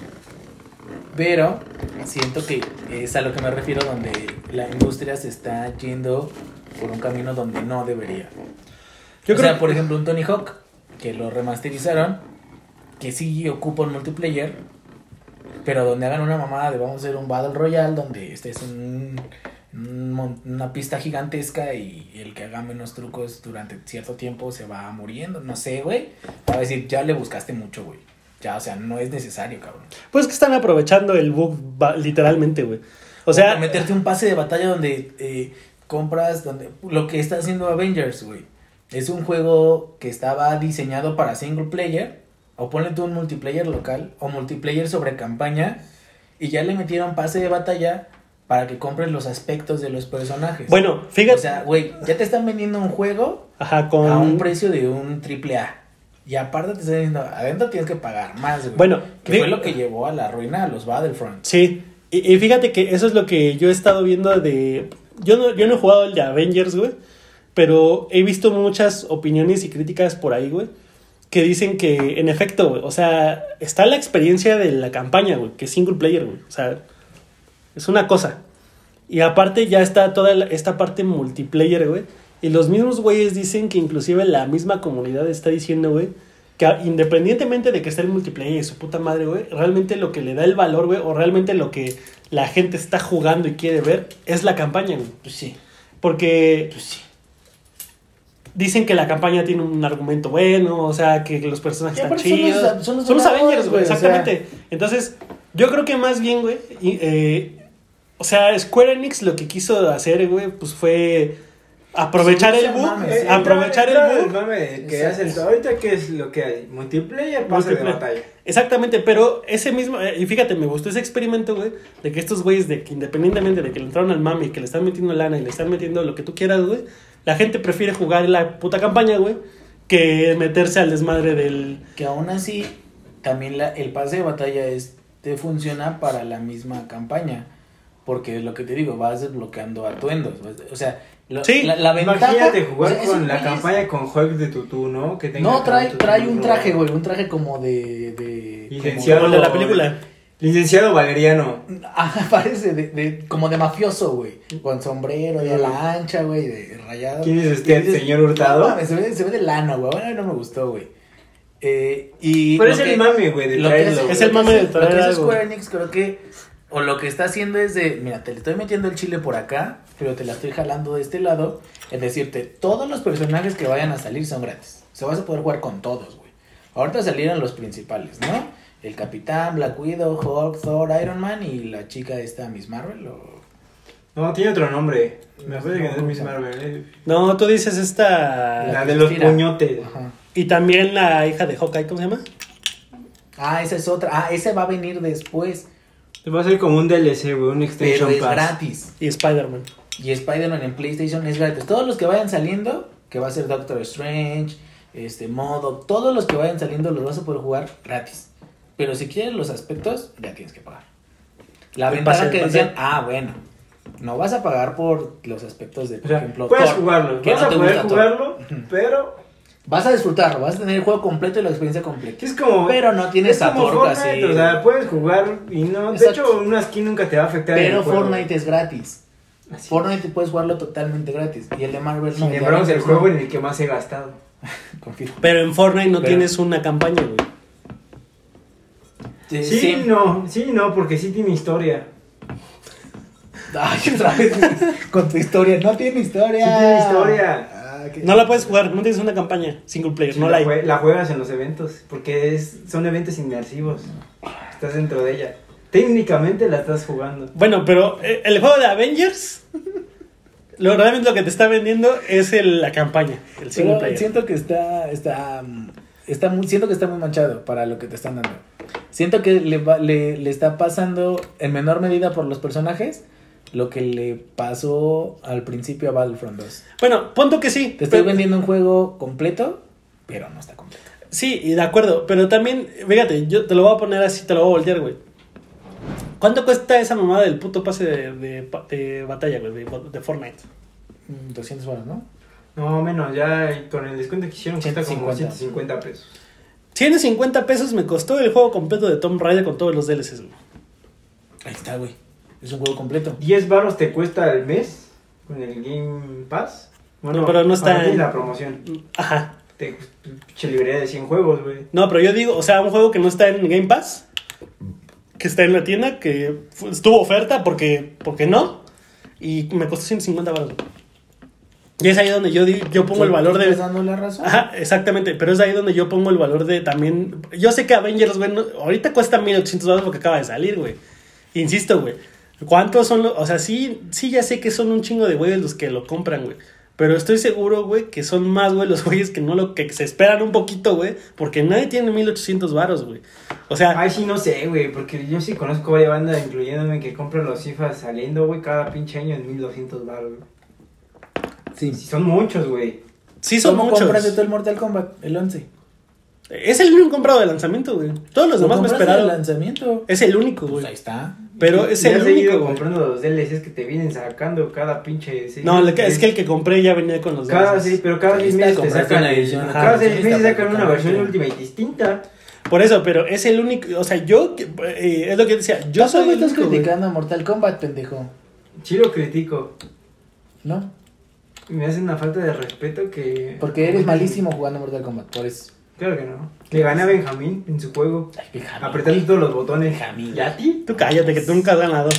Pero siento que es a lo que me refiero, donde la industria se está yendo por un camino donde no debería. Yo o creo sea, que... por ejemplo, un Tony Hawk, que lo remasterizaron, que sí ocupa un multiplayer, pero donde hagan una mamada de vamos a hacer un Battle Royale, donde estés en un, una pista gigantesca y el que haga menos trucos durante cierto tiempo se va muriendo, no sé, güey. Va a decir, ya le buscaste mucho, güey. Ya, o sea, no es necesario, cabrón. Pues que están aprovechando el bug, literalmente, güey. O sea... O meterte un pase de batalla donde eh, compras, donde lo que está haciendo Avengers, güey. Es un juego que estaba diseñado para single player, o ponle tú un multiplayer local, o multiplayer sobre campaña, y ya le metieron pase de batalla para que compres los aspectos de los personajes. Bueno, fíjate... O sea, güey, ya te están vendiendo un juego Ajá, con... a un precio de un triple A. Y aparte te están diciendo, adentro tienes que pagar más, güey. Bueno, que fí- fue lo que llevó a la ruina a los Battlefront. Sí, y, y fíjate que eso es lo que yo he estado viendo de... Yo no, yo no he jugado el de Avengers, güey. pero he visto muchas opiniones y críticas por ahí, güey, que dicen que, en efecto, güey, o sea, está la experiencia de la campaña, güey, que es single player, güey, o sea, es una cosa. Y aparte ya está toda la, esta parte multiplayer, güey, y los mismos güeyes dicen que inclusive la misma comunidad está diciendo, güey, que independientemente de que esté el multiplayer y su puta madre, güey, realmente lo que le da el valor, güey, o realmente lo que la gente está jugando y quiere ver es la campaña, güey. Pues sí. Porque Pues sí. dicen que la campaña tiene un argumento bueno, o sea, que los personajes Y están aparte son chidos. los- son los Son los ganadores, Avengers, güey, güey, o exactamente. sea. Entonces, yo creo que más bien, güey, y, eh, o sea, Square Enix lo que quiso hacer, güey, pues fue aprovechar Sí, el sí, bug, mames, eh, sí. aprovechar Entra- el entra bug. mame que Exacto. hacen ahorita, ¿qué es lo que hay? Multiplayer, pase de Multiplayer. batalla. Exactamente, pero ese mismo, eh, y fíjate, me gustó ese experimento, güey, de que estos güeyes, de que independientemente de que le entraron al mame y que le están metiendo lana y le están metiendo lo que tú quieras, güey, la gente prefiere jugar la puta campaña, güey, que meterse al desmadre del... Que aún así, también la, el pase de batalla es, te funciona para la misma campaña. Porque es lo que te digo, vas desbloqueando atuendos. O sea, lo- Sí, la, la ventaja... Imagínate jugar o sea, con ese la güey es- campaña con juegos de tutú, ¿no? Que tenga No, trae, tutú, trae un ¿no? traje, güey, un traje como de... de Licenciado. Como el de la película. Licenciado Valeriano. como- Ajá, parece de, de, como de mafioso, güey. Con sombrero y a la ancha, güey, de rayado. ¿Quién es usted, Y dices, señor Hurtado? No, mames, se ve, se ve de lana, güey. Bueno, no me gustó, güey. Eh, y Pero lo es que- el mame, güey, de lo que traerlo. hace- Es lo el que mame hace- de traer Lo que hace algo. Square Enix, creo que, o lo que está haciendo es de, mira, te le estoy metiendo el chile por acá, pero te la estoy jalando de este lado. Es decirte, todos los personajes que vayan a salir son gratis. O sea, vas a poder jugar con todos, güey. Ahorita salieron los principales, ¿no? El Capitán, Black Widow, Hulk, Thor, Iron Man y la chica esta, Miss Marvel, o... No, tiene otro nombre. Me No, parece que no es ¿cómo Miss se llama? Marvel. eh. No, tú dices esta... La que de se los tira. puñotes. Ajá. Y también la hija de Hawkeye, ¿cómo se llama? Ah, esa es otra. Ah, ese va a venir después, Va a ser como un D L C, güey, un pero extension es pass. gratis. Y Spider-Man. Y Spider-Man en PlayStation es gratis. Todos los que vayan saliendo, que va a ser Doctor Strange, este, Modo, todos los que vayan saliendo los vas a poder jugar gratis. Pero si quieres los aspectos, ya tienes que pagar. La El ventaja pase, que el pase. decían, ah, bueno, no vas a pagar por los aspectos de, por O sea, ejemplo, puedes Thor, jugarlo, que vas no a te poder gusta Thor. jugarlo, Ujú. pero Vas a disfrutarlo, vas a tener el juego completo y la experiencia completa. es como... Pero no tienes es a como Thor Fortnite, así. o sea, puedes jugar y no... De Exacto. hecho, una skin nunca te va a afectar en Pero el juego. Fortnite es gratis. Así. Fortnite puedes jugarlo totalmente gratis. Y el de Marvel no. Sin ya embargo, es el ves, juego no. en el que más he gastado. Confirmo. Pero en Fortnite no Pero- tienes una campaña, güey. Sí, Sí, sí. no, sí, no, porque sí tiene historia. Ay, otra vez con tu historia. No tiene historia. Sí tiene historia. Ah, qué- No la puedes jugar, no tienes una campaña single player, Sí, no la hay. jue- la juegas en los eventos, porque es, son eventos inmersivos. Estás dentro de ella. Técnicamente la estás jugando. Bueno, pero eh, el juego de Avengers, lo realmente lo que te está vendiendo es el- la campaña, el single Pero player. siento que está, está, mm, está muy, siento que está muy manchado para lo que te están dando. Siento que le, va- le, le está pasando en menor medida por los personajes lo que le pasó al principio a Battlefront dos. Bueno, punto que sí. Te estoy pero- vendiendo un juego completo, pero no está completo. Sí, y de acuerdo, pero también, fíjate, yo te lo voy a poner así, te lo voy a voltear, güey. ¿Cuánto cuesta esa mamada del puto pase de, de, pa- de batalla, güey, de, de Fortnite? Mm, doscientos baros, ¿no? No, menos, ya con el descuento que hicieron cuesta como ciento cincuenta. ciento cincuenta pesos. ciento cincuenta pesos me costó el juego completo de Tomb Raider con todos los D L Cs, güey. Ahí está, güey. Es un juego completo. diez baros te cuesta al mes con el Game Pass. Bueno, No, pero no está ahora en- la promoción. Ajá. Te pinche librería de cien juegos, güey. No, pero yo digo, o sea, un juego que no está en Game Pass, que está en la tienda, que fu- estuvo oferta porque, porque no, y me costó ciento cincuenta baros. Y es ahí donde yo, di- yo pongo el valor ¿Te de... estás dando la razón? Ajá, exactamente, pero es ahí donde yo pongo el valor de también... Yo sé que Avengers, güey, no- ahorita cuesta mil ochocientos dólares porque acaba de salir, güey. Insisto, güey. ¿Cuántos son los...? O sea, sí, sí ya sé que son un chingo de güeyes los que lo compran, güey. Pero estoy seguro, güey, que son más, güey, los güeyes que no lo... Que se esperan un poquito, güey. Porque nadie tiene mil ochocientos varos, güey. O sea... Ay, sí, no sé, güey, porque yo sí conozco varias bandas, incluyéndome, que compran los FIFA saliendo, güey, cada pinche año en mil doscientos baros, güey. Sí. Sí, son muchos, güey. Sí son ¿Cómo muchos. compraste todo el Mortal Kombat? El once. Es el único comprado de lanzamiento, güey. Todos los ¿Lo demás me compraste esperaron. de lanzamiento? Es el único, Pues güey. ahí está. Pero es Ya el has seguido único, güey. comprando los D L Cs que te vienen sacando cada pinche... seis No, meses. es que el que compré ya venía con los Cada, demás. sí, pero cada Ahí seis está, meses te compraste sacan... una edición, Ajá, ajá, cada seis edición meses está sacan una prácticamente. versión Ultimate distinta. Por eso, pero es el único. O sea, yo. eh, es lo que decía. Yo Yo soy solo el estás único, güey. criticando a Mortal Kombat, pendejo. Sí lo critico. ¿No? Me hace una falta de respeto que... Porque eres malísimo jugando Mortal Kombat, por eso. Claro que no. Le gané a Benjamín en su juego. Ay, Benjamín. Apretando todos los botones. Benjamín. ¿Y a ti? Tú cállate, que tú nunca has ganado.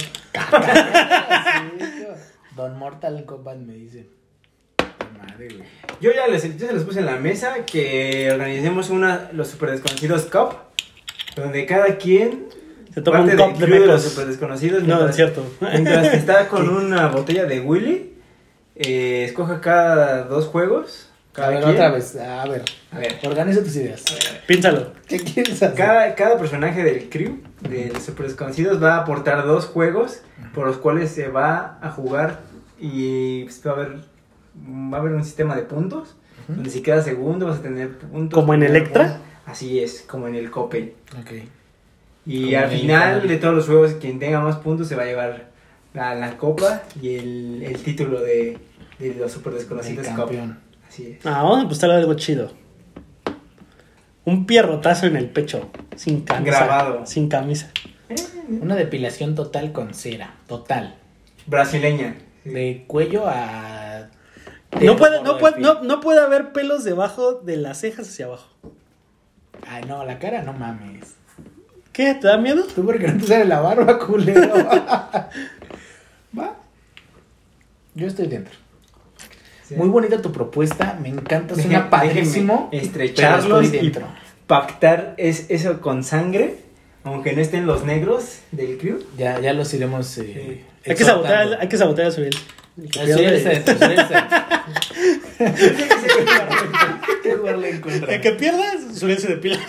Don Mortal Kombat me dice. Madre, güey. Yo ya les, yo se los puse en la mesa que organicemos una, los Super Desconocidos Cup, donde cada quien Se toma un parte cup del de crew de los mecos. Super Desconocidos. No, mientras- es cierto. Mientras está con una botella de Willy, eh, escoja cada dos juegos. Cada A ver, quien. otra vez. A ver. A ver. Organiza tus ideas. Piénsalo. ¿Qué quieres hacer? Cada, cada personaje del crew de los Super Desconocidos va a aportar dos juegos por los cuales se va a jugar y pues, va a haber va a haber un sistema de puntos Ujú. donde si quedas segundo vas a tener puntos. ¿Como en primer Electra? punto. Así es, como en el Coppel. Ok. Y Como al en el final Coppel. de todos los juegos, quien tenga más puntos se va a llevar la, la copa y el, el título de, de los Super El Desconocidos Cup. campeón. Así es. Ah, vamos a apostar algo chido. Un pierrotazo en el pecho. Sin camisa. Grabado. Sin camisa. Eh, Una depilación total con cera. Total. brasileña. Sí. De cuello a. No puede, no, de puede, pie. no, no puede haber pelos debajo de las cejas hacia abajo. Ay, no, la cara no mames. ¿Qué? ¿Te da miedo? Tú porque no te sale la barba, culero. Va. Yo estoy dentro. Sí. Muy bonita tu propuesta, me encanta, suena Déjenme- padrísimo. déjenme estrecharlos pero estoy y dentro. pactar es eso con sangre, aunque no estén los negros del crew. Ya, ya los iremos. Eh, Hay que, sabotear, al- hay que sabotear a Suriel. El que Ah, pierde- Suriel está dentro, Suriel está dentro. Hay que jugarle en contra. El que pierda, Suriel se depila.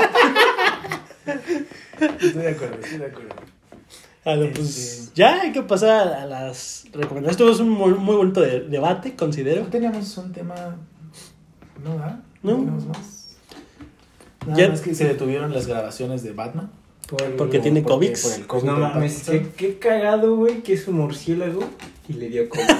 Estoy de acuerdo, estoy de acuerdo. A lo, pues, Este- ya hay que pasar a las recomendaciones. Esto es un muy, muy bonito de- debate, considero. No teníamos un tema. No, ¿verdad? No. teníamos más. Nada Ya- más que se detuvieron las grabaciones de Batman. Por- Porque tiene Porque- COVID. por el Pues COVID no de mames, Pattinson. qué, qué cagado, güey, que es un murciélago y le dio COVID.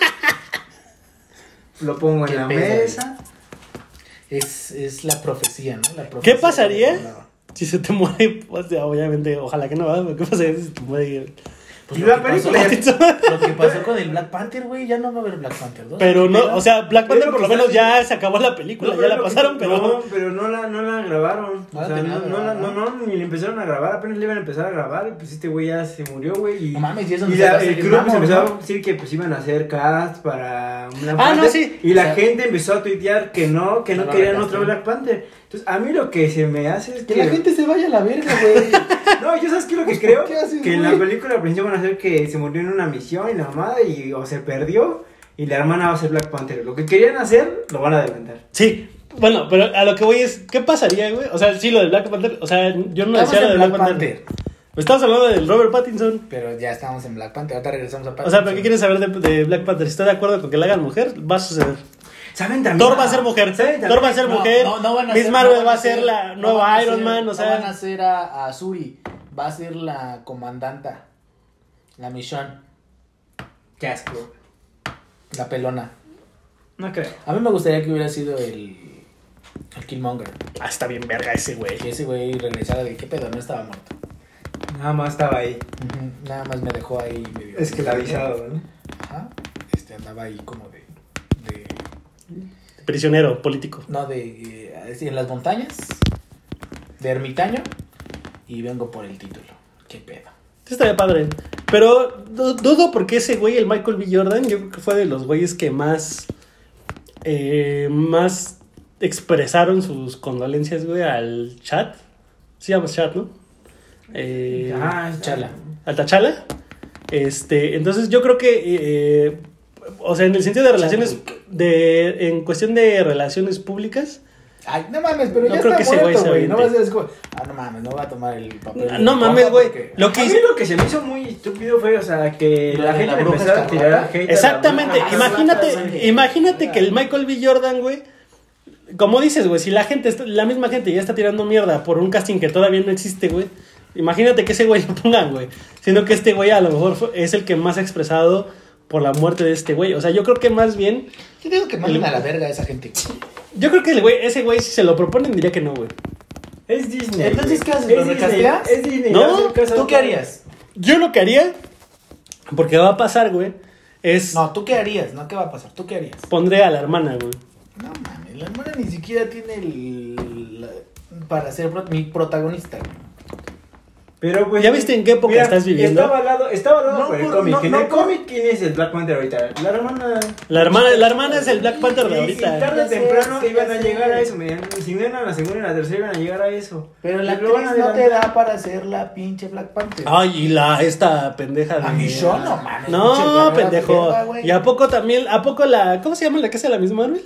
Lo pongo en Qué la pedo, mesa. Es, es la profecía, ¿no? La ¿Qué profecía pasaría? de la- Si se te muere, pues, ya, obviamente, ojalá que no, ¿verdad? Pero ¿qué pasaría si se te muere? Pues Y lo, la que pasó, película- lo que pasó con el Black Panther, güey, ya no va a haber Black Panther dos. Pero no, ¿Verdad? o sea, Black Panther Pero por lo que menos está- ya se acabó la película, No, ya la lo que- pasaron, pero... No, pero no la, no la grabaron. No o la sea, tenían no, no, la- grabada, no, no, ni le empezaron a grabar, apenas le iban a empezar a grabar. Y pues este güey ya se murió, güey. Y, No mames, y es donde y se va la- a hacer el el crew pues, mambo, empezó ¿no? a decir que pues iban a hacer cast para Black Ah, no, Panther. sí. Y la O sea, gente empezó a tuitear que no, que no, no lo querían recasten. otro Black Panther. Entonces, a mí lo que se me hace es Que que. la gente se vaya a la verga, güey. No, yo sabes qué es lo que Pues, creo. ¿por qué haces, Que en güey? la película al principio van a hacer que se murió en una misión y la mamada y o se perdió y la hermana va a ser Black Panther. Lo que querían hacer lo van a adelantar. Sí, bueno, pero a lo que voy es, ¿qué pasaría, güey? O sea, sí, lo de Black Panther, o sea, yo no Estamos decía lo de en Black, Black Panther. Panther. Estamos hablando del Robert Pattinson. Pero ya estamos en Black Panther, ahorita regresamos a Panther. O sea, ¿pero qué quieres saber de, de Black Panther? Si está de acuerdo con que la hagan mujer, va a suceder. ¿Saben también? Thor va a ser mujer, ¿Saben Thor va a ser No, mujer, no, no van a Miss ser- Marvel no van va a ser la no nueva van a Iron ser- Man, o No van a sea... ser a, a Suri, va a ser la comandanta, la Michonne, Qué asco. la pelona. No creo. A mí me gustaría que hubiera sido el, el Killmonger. Ah, está bien verga ese güey. Que ese güey regresara de qué pedo, no estaba muerto. Nada más estaba ahí. Ujú, nada más me dejó ahí medio. Es que la avisado, ¿no? Ajá. Este andaba ahí como de. de Prisionero político. no, de. eh, en las montañas. De ermitaño. Y vengo por el título. Qué pedo. Sí, estaría padre. Pero du- dudo porque ese güey, el Michael B. Jordan, yo creo que fue de los güeyes que más. Eh, más expresaron sus condolencias, güey, al chat. Sí, llama chat, ¿no? Eh, Ah, Chala. al Tachala. Este, entonces yo creo que, eh, o sea, en el sentido de relaciones, de, en cuestión de relaciones públicas, Ay, no mames, pero No ya creo está que ese güey muerto, se güey. No va a aviente. ser es como, ah, no mames, no va a tomar el papel. de no compa mames, güey. porque- Lo A que mí hizo, lo que se me hizo muy estúpido fue, o sea, que Lo la de gente la le bruja empezó a tirar escarlata. hate. a la exactamente, bruja. imagínate, Exactamente. imagínate que el Michael B. Jordan, güey, como dices, güey, si la gente, está, la misma gente ya está tirando mierda por un casting que todavía no existe, güey. Imagínate que ese güey lo pongan, güey. Siendo que este güey a lo mejor fue, es el que más ha expresado por la muerte de este güey. O sea, yo creo que más bien... Yo digo que manden el, a la verga a esa gente. Yo creo que el güey, ese güey, si se lo proponen, diría que no, güey. Es Disney. Entonces, güey. ¿qué haces? Es ¿Lo Disney, recasteas? Es Disney. No, ya se casa ¿Tú qué otra- harías? Yo lo que haría, porque va a pasar, güey, es... No, ¿tú qué harías? No, ¿qué va a pasar? ¿Tú qué harías? Pondré a la hermana, güey. No mames, la hermana ni siquiera tiene el... la- para ser pro- mi protagonista, güey. Pero pues. ¿Ya viste en qué época mira, estás viviendo? Está avalado, está avalado No, por el por- cómic. no, en no, el por- cómic, ¿quién es el Black Panther ahorita? La hermana. La hermana, la hermana es el Black Panther de Y- ahorita. Y tarde Ya o sé, temprano es que iban ya a sé. llegar a eso. Mediante, si no eran la segunda y la tercera, iban a llegar a eso. Pero la Y lo van a actriz no te adelantar. da para ser la pinche Black Panther. Ay, y la, esta pendeja de... A Michonne, no mames. No, pinche guerrera pendejo. pendeja, güey. ¿Y a poco también, a poco la, ¿cómo se llama la que hace la misma Marvel?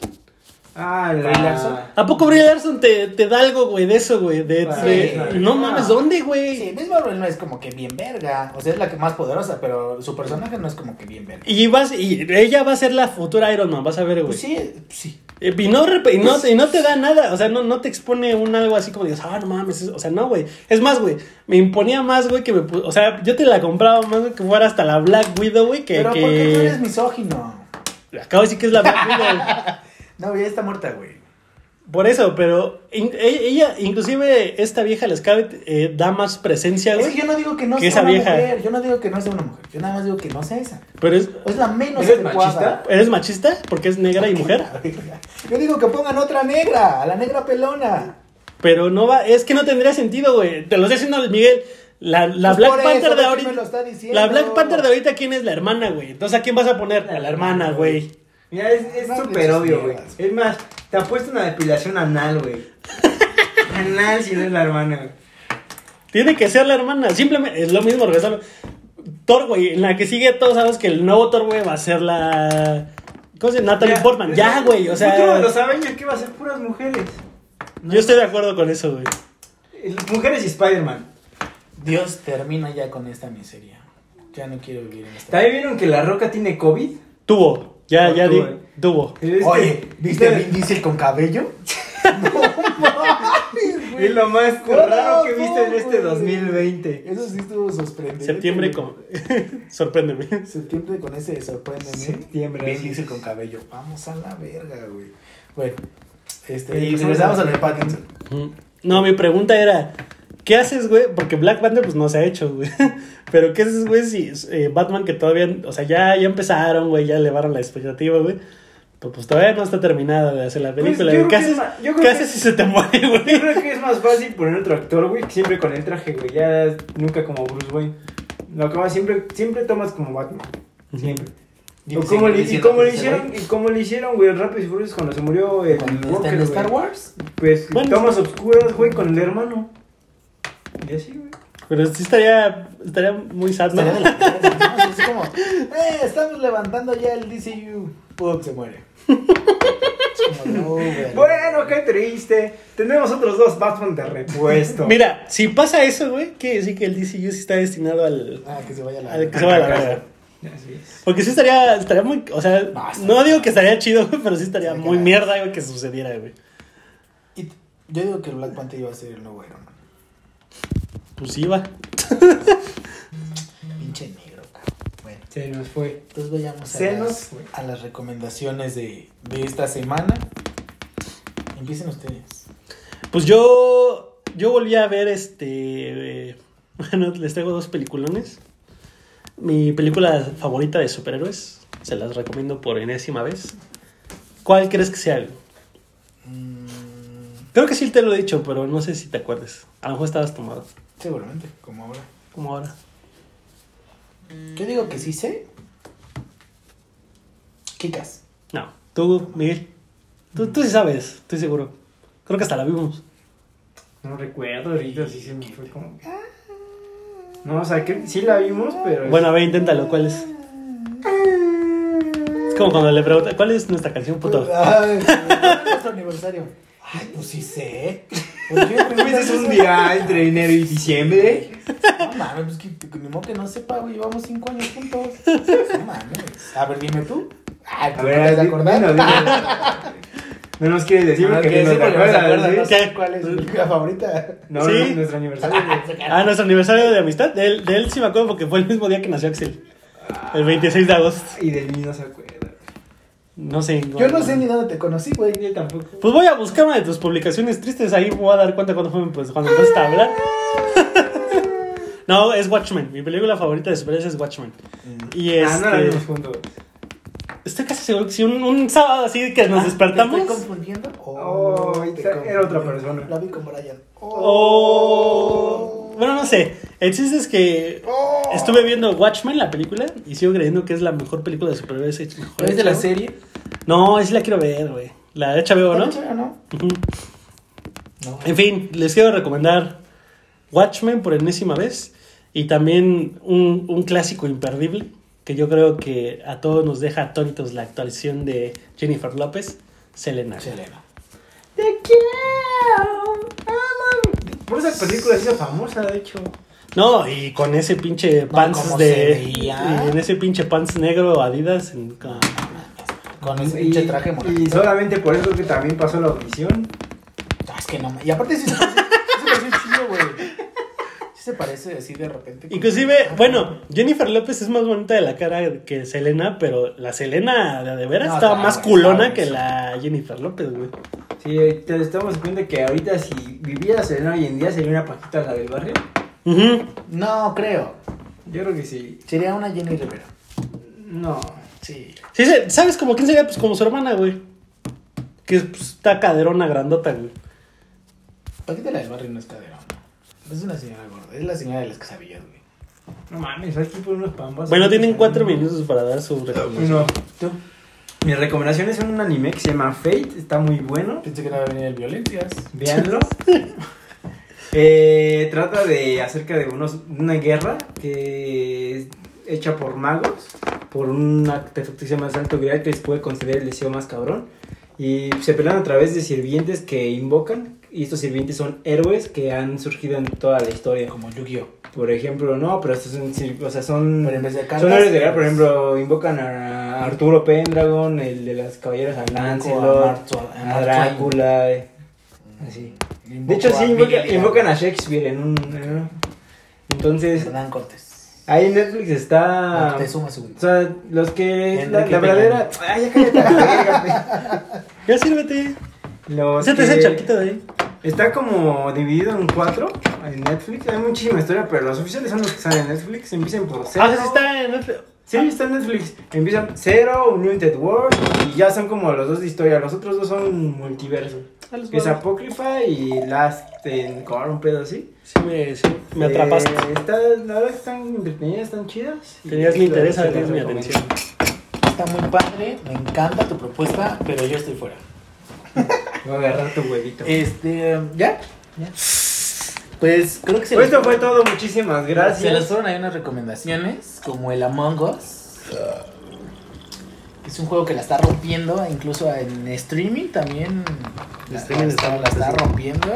Ah, Brie Larson. la. ¿A poco Brie Larson te, te da algo, güey, de eso, güey? De, Ah, de- sí. no mames, ¿dónde, güey? Sí, Miss Marvel no es como que bien verga. O sea, es la que más poderosa, pero su personaje no es como que bien verga. Y, vas, y ella va a ser la futura Iron Man, vas a ver, güey. Pues sí, sí. Eh, Y no, rep- y, no, y no te da nada, o sea, no, no te expone un algo así como digas, ah, no mames, es- o sea, no, güey. Es más, güey, me imponía más, güey, que me... pu- O sea, yo te la compraba más, güey, que fuera hasta la Black Widow, güey, que... Pero que... ¿por qué tú eres misógino? Acabo de decir que es la Black Widow. No, ya está muerta, güey. Por eso, pero in- e- ella, inclusive esta vieja, la Scarlett, eh, da más presencia, Es güey. que yo no digo que no que sea esa una vieja. mujer. Yo no digo que no sea una mujer. Yo nada más digo que no sea esa. Pero es... Es la menos ¿Eres adecuada. machista? ¿Eres machista? Porque es negra y mujer. Yo digo que pongan otra negra, a la negra pelona. Pero no va, es que no tendría sentido, güey. Te lo está diciendo Miguel. La, la Pues Black por Panther eso, de ve que ahorita. me lo está diciendo. La Black Panther de ahorita, ¿quién es la hermana, güey? Entonces, ¿a quién vas a poner? A la hermana, güey. Mira, es es No súper le obvio, eches güey. mierdas. Es más, te apuesto una depilación anal, güey. Anal si no es la hermana, güey. Tiene que ser la hermana. Simplemente es lo mismo. regresarlo. Thor, güey. En la que sigue, todos sabemos que el nuevo Thor, güey, va a ser la. ¿Cómo se llama? Natalie Ya, Portman. es- Ya, güey. O el futuro de sea. los Avengers, ¿qué va a ser? Puras mujeres. Yo estoy de acuerdo con eso, güey. El- Mujeres y Spider-Man. Dios, termina ya con esta miseria. Ya no quiero vivir en esta. ¿También vieron que La Roca tiene COVID? Tuvo. Ya, No, ya tuvo, di. eh. Tuvo. Es que- Oye, ¿viste a Vin Diesel con cabello? Es lo más No, raro que viste en no, este güey. dos mil veinte. Eso sí estuvo sorprendente. Septiembre güey. con. Sorpréndeme. Septiembre con ese sorpréndeme. Septiembre, Vin así. Diesel con cabello. Vamos a la verga, güey. Bueno, este, Y regresamos a lo de Pattinson. No, mi pregunta era, ¿qué haces, güey? Porque Black Panther pues no se ha hecho, güey. Pero ¿qué haces, güey, si eh, Batman que todavía, o sea, ya, ya empezaron, güey, ya elevaron la expectativa, güey? Pero pues todavía no está terminada de hacer la película. Pues, yo ¿Qué creo que haces, es ma- yo creo ¿qué que- haces si se te muere, Yo güey? creo que es más fácil poner otro actor, güey, que siempre con el traje, güey. Ya nunca como Bruce Wayne. Lo que más siempre, siempre tomas como Batman. Siempre. O Dicen- como le- y diciendo como que le ese hicieron, güey, y como le hicieron, güey, Rápidos y Furiosos cuando se murió el cuando está Walker, en güey. Star Wars. Pues Bueno, tomas sí. obscuras, güey, con el hermano. Y así, güey. Pero sí estaría, estaría muy sad, ¿no? Estaría de la verga, ¿no? Es como, eh, estamos levantando ya el D C U. Pum, se muere. Es como, no, güey. Bueno, qué triste. Tenemos otros dos Batman de repuesto. Mira, si pasa eso, güey, quiere decir que el D C U sí está destinado al... Ah, que se vaya a la al que se vaya a la verga. Así es. Porque sí estaría, estaría muy, o sea, No, está no bien. digo que estaría chido, güey, pero sí estaría Sí, muy claro. mierda, güey, que sucediera, güey. Y yo digo que el Black Panther iba a ser el nuevo Iron Man. Pues sí, va. Pinche negro, cabrón. Bueno, Se nos fue. entonces vayamos a, Se nos las, fue. a las recomendaciones de, de esta semana. Empiecen ustedes. Pues yo, yo volví a ver este, eh, bueno, les traigo dos peliculones. Mi película favorita de superhéroes, se las recomiendo por enésima vez. ¿Cuál crees que sea? Mm, Creo que sí te lo he dicho, pero no sé si te acuerdas. A lo mejor estabas tomado, seguramente, como ahora. como ahora. Yo digo que sí sé. Kikas. No, tú, Miguel. Tú, tú sí sabes, estoy seguro. Creo que hasta la vimos. No recuerdo ahorita, sí se me fue como. No, o sea, que sí la vimos, pero. Bueno, a ver, inténtalo, ¿cuál es? Es como cuando le preguntan, ¿cuál es nuestra canción, puto? Ay, ¿cuándo es nuestro aniversario? Ay, pues sí sé. ¿Por qué Pues es un día entre enero y diciembre. No mames, pues que, que ni modo que no sepa, güey. Llevamos cinco años juntos. No mames. A ver, dime tú. Ay, A pues ver, no te has de di- acordar. bueno, dime. No nos quieres decir No, porque que no sí, te porque no se acuerdas, acuerda, ¿sí? no sé cuál es mi película favorita. No, ¿Sí? no, nuestro aniversario. güey. Ah, nuestro aniversario de amistad. De él, de él sí me acuerdo porque fue el mismo día que nació Axel. El veintiséis de agosto. Y de mí no se acuerda. No sé. Yo no sé ni dónde te conocí, güey. Yo tampoco. Pues voy a buscar una de tus publicaciones tristes. Ahí me voy a dar cuenta cuando fue pues, cuando empezaste a hablar. No, es Watchmen. Mi película favorita de superhéroes es Watchmen. Y Ah, no la este. vimos juntos. Estoy casi seguro que si un, un sábado así que nos despertamos. ¿Te estoy confundiendo? Oh, te era confundí. otra persona. La vi con Brian. Oh. Bueno, no sé. El chiste es que Oh. estuve viendo Watchmen, la película, y sigo creyendo que es la mejor película de superhéroes hecha. mejor ¿Es de hecha, la ¿no? serie? No, sí la quiero ver, güey. La de H B O, ¿no? ¿No? ¿No? Ujú. No. En fin, les quiero recomendar Watchmen por enésima vez. Y también un, un clásico imperdible que yo creo que a todos nos deja atónitos, la actuación de Jennifer López, Selena. Selena. Te quiero. Amo. Por esa película se hizo famosa, de hecho. No, y con ese pinche pants ¿cómo de. se veía? y en ese pinche pants negro Adidas. En, con- Con ese Y, pinche traje morado. y solamente por eso creo que también pasó la audición. Ah, es que no. Y aparte sí se parece, sí se parece chido, güey. Sí se parece así de repente. Inclusive, bueno, Jennifer López es más bonita de la cara que Selena, pero la Selena de, de veras No, estaba está más bueno, culona está que bueno. la Jennifer López, güey. Sí, te estamos viendo que ahorita si viviera Selena hoy en día sería una Paquita la del barrio. Ujú. No, creo. Yo creo que sí. Sería una Jenny Rivera. No. Sí. Sí, se- ¿sabes como quién sería? Pues como su hermana, güey. Que pues, está caderona grandota, güey. Paquita la del barrio no es caderón. Es una señora gorda. Es la señora de las quesadillas, güey. No mames, hay que poner unos pambas. Bueno, tienen cuatro minutos para dar su recomendación. Uno. ¿Tú? Mis recomendaciones son un anime que se llama Fate. Está muy bueno. Pensé que no iba a venir el Violencias. Véanlo. eh, trata de acerca de unos, una guerra que es hecha por magos, por un artefacto que se llama Santo Grial, que se puede considerar el deseo más cabrón. Y se pelean a través de sirvientes que invocan. Y estos sirvientes son héroes que han surgido en toda la historia. Como Yu-Gi-Oh. Por ejemplo, no, pero estos son, sir- o sea, son, Pero en vez de cartas, son héroes de guerra. Por es- ejemplo, invocan a Arturo Pendragon, el de las caballeros, a Lancelot, a Mark- a a Mark Drácula, eh, así. De hecho, sí, invoca- invocan a Shakespeare en un... en un- Entonces, Hernán Cortés. ahí en Netflix está... Moctezuma segundo. O sea, los que... La, Enrique la verdadera... Ay, ya cállate la verga, Ya sírvete. güey. Los Ese te ese que- charquito de ahí. Está como dividido en cuatro en Netflix. Hay muchísima historia, pero los oficiales son los que salen en Netflix. Empiezan por cero. Ah, sí está en Netflix. Sí, está en Netflix. Empiezan Zero, Unlimited World y ya son como los dos de historia. Los otros dos son multiverso. Ah, los Que es voy a ver. Apocrypha y Last en Core, un pedo así. Sí, me, sí, me atrapaste. Eh, está, la verdad que están entretenidas, están chidas. Y Tenías mi interés, se ahora las tienes mi recomiendo. atención. Está muy padre. Me encanta tu propuesta, pero yo estoy fuera. Voy a agarrar tu huevito. Este, ¿ya? Ya. Pues creo que se Pues les- esto fue todo, muchísimas Se les gracias. fueron ahí unas recomendaciones, como el Among Us. Es un juego que la está rompiendo, incluso en streaming también. La, Streaming la está, está- la está rompiendo.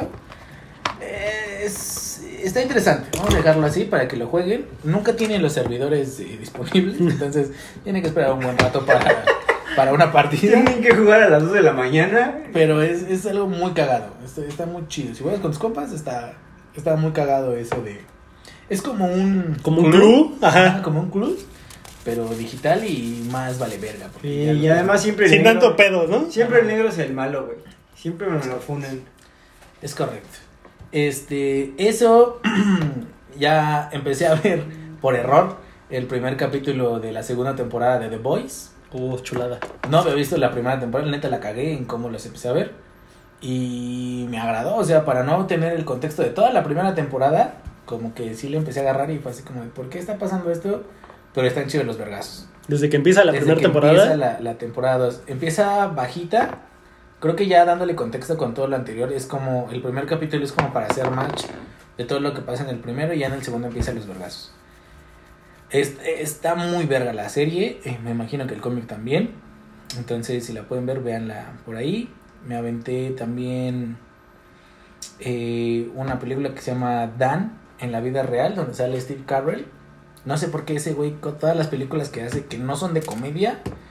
Es, está interesante, vamos a dejarlo así para que lo jueguen. Nunca tienen los servidores eh, disponibles, entonces tienen que esperar un buen rato para, para una partida. Tienen que jugar a las dos de la mañana. Pero es, es algo muy cagado, está, está muy chido. Si juegas con tus compas, está, está muy cagado eso de... Es como un... Como un club. Ajá, Ajá. como un club, pero digital y más vale verga. porque Y, ya y lo- además siempre el Sin negro- tanto pedo, ¿no? Siempre el negro es el malo, güey. Siempre me lo funan. Es correcto. Este, eso, ya empecé a ver por error el primer capítulo de la segunda temporada de The Boys. Uh, chulada. No había visto la primera temporada, neta la cagué en cómo los empecé a ver. Y me agradó, o sea, para no tener el contexto de toda la primera temporada, como que sí le empecé a agarrar y fue así como, de, ¿por qué está pasando esto? Pero están chidos los vergazos. Desde que empieza la Desde primera que temporada. Empieza la, la temporada dos. Empieza bajita. Creo que ya dándole contexto con todo lo anterior, es como, el primer capítulo es como para hacer match de todo lo que pasa en el primero y ya en el segundo empiezan los vergazos. Es- está muy verga la serie, eh, me imagino que el cómic también. Entonces, si la pueden ver, véanla por ahí. Me aventé también eh, una película que se llama Dan en la vida real, donde sale Steve Carell. No sé por qué ese güey, con todas las películas que hace que no son de comedia,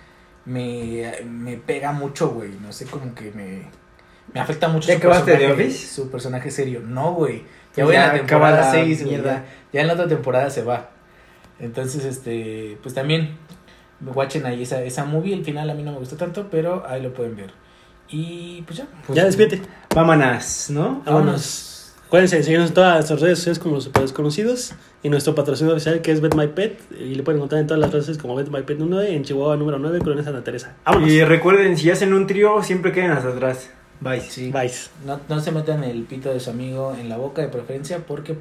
me, me pega mucho, güey. No sé, como que me, me afecta mucho. ¿Ya su acabaste de personaje, Office? Su personaje serio. No, güey. Ya Ya voy en la acaba temporada la seis, güey. mierda. Ya, ya en la otra temporada se va. Entonces, este, pues también, watchen ahí esa, esa movie. El final a mí no me gustó tanto, pero ahí lo pueden ver. Y pues ya. Pues, Ya despídete. Vámonos, ¿no? Vámonos. Acuérdense de seguirnos en todas nuestras redes sociales como los super desconocidos. Y nuestro patrocinador oficial que es Bet My Pet. Y le pueden encontrar en todas las redes sociales como Bet My Pet nueve en Chihuahua número nueve, Colonia Santa Teresa. Vámonos. Y recuerden, si hacen un trío, siempre queden hasta atrás. Bye. Sí. Bye. No, no se metan el pito de su amigo en la boca de preferencia porque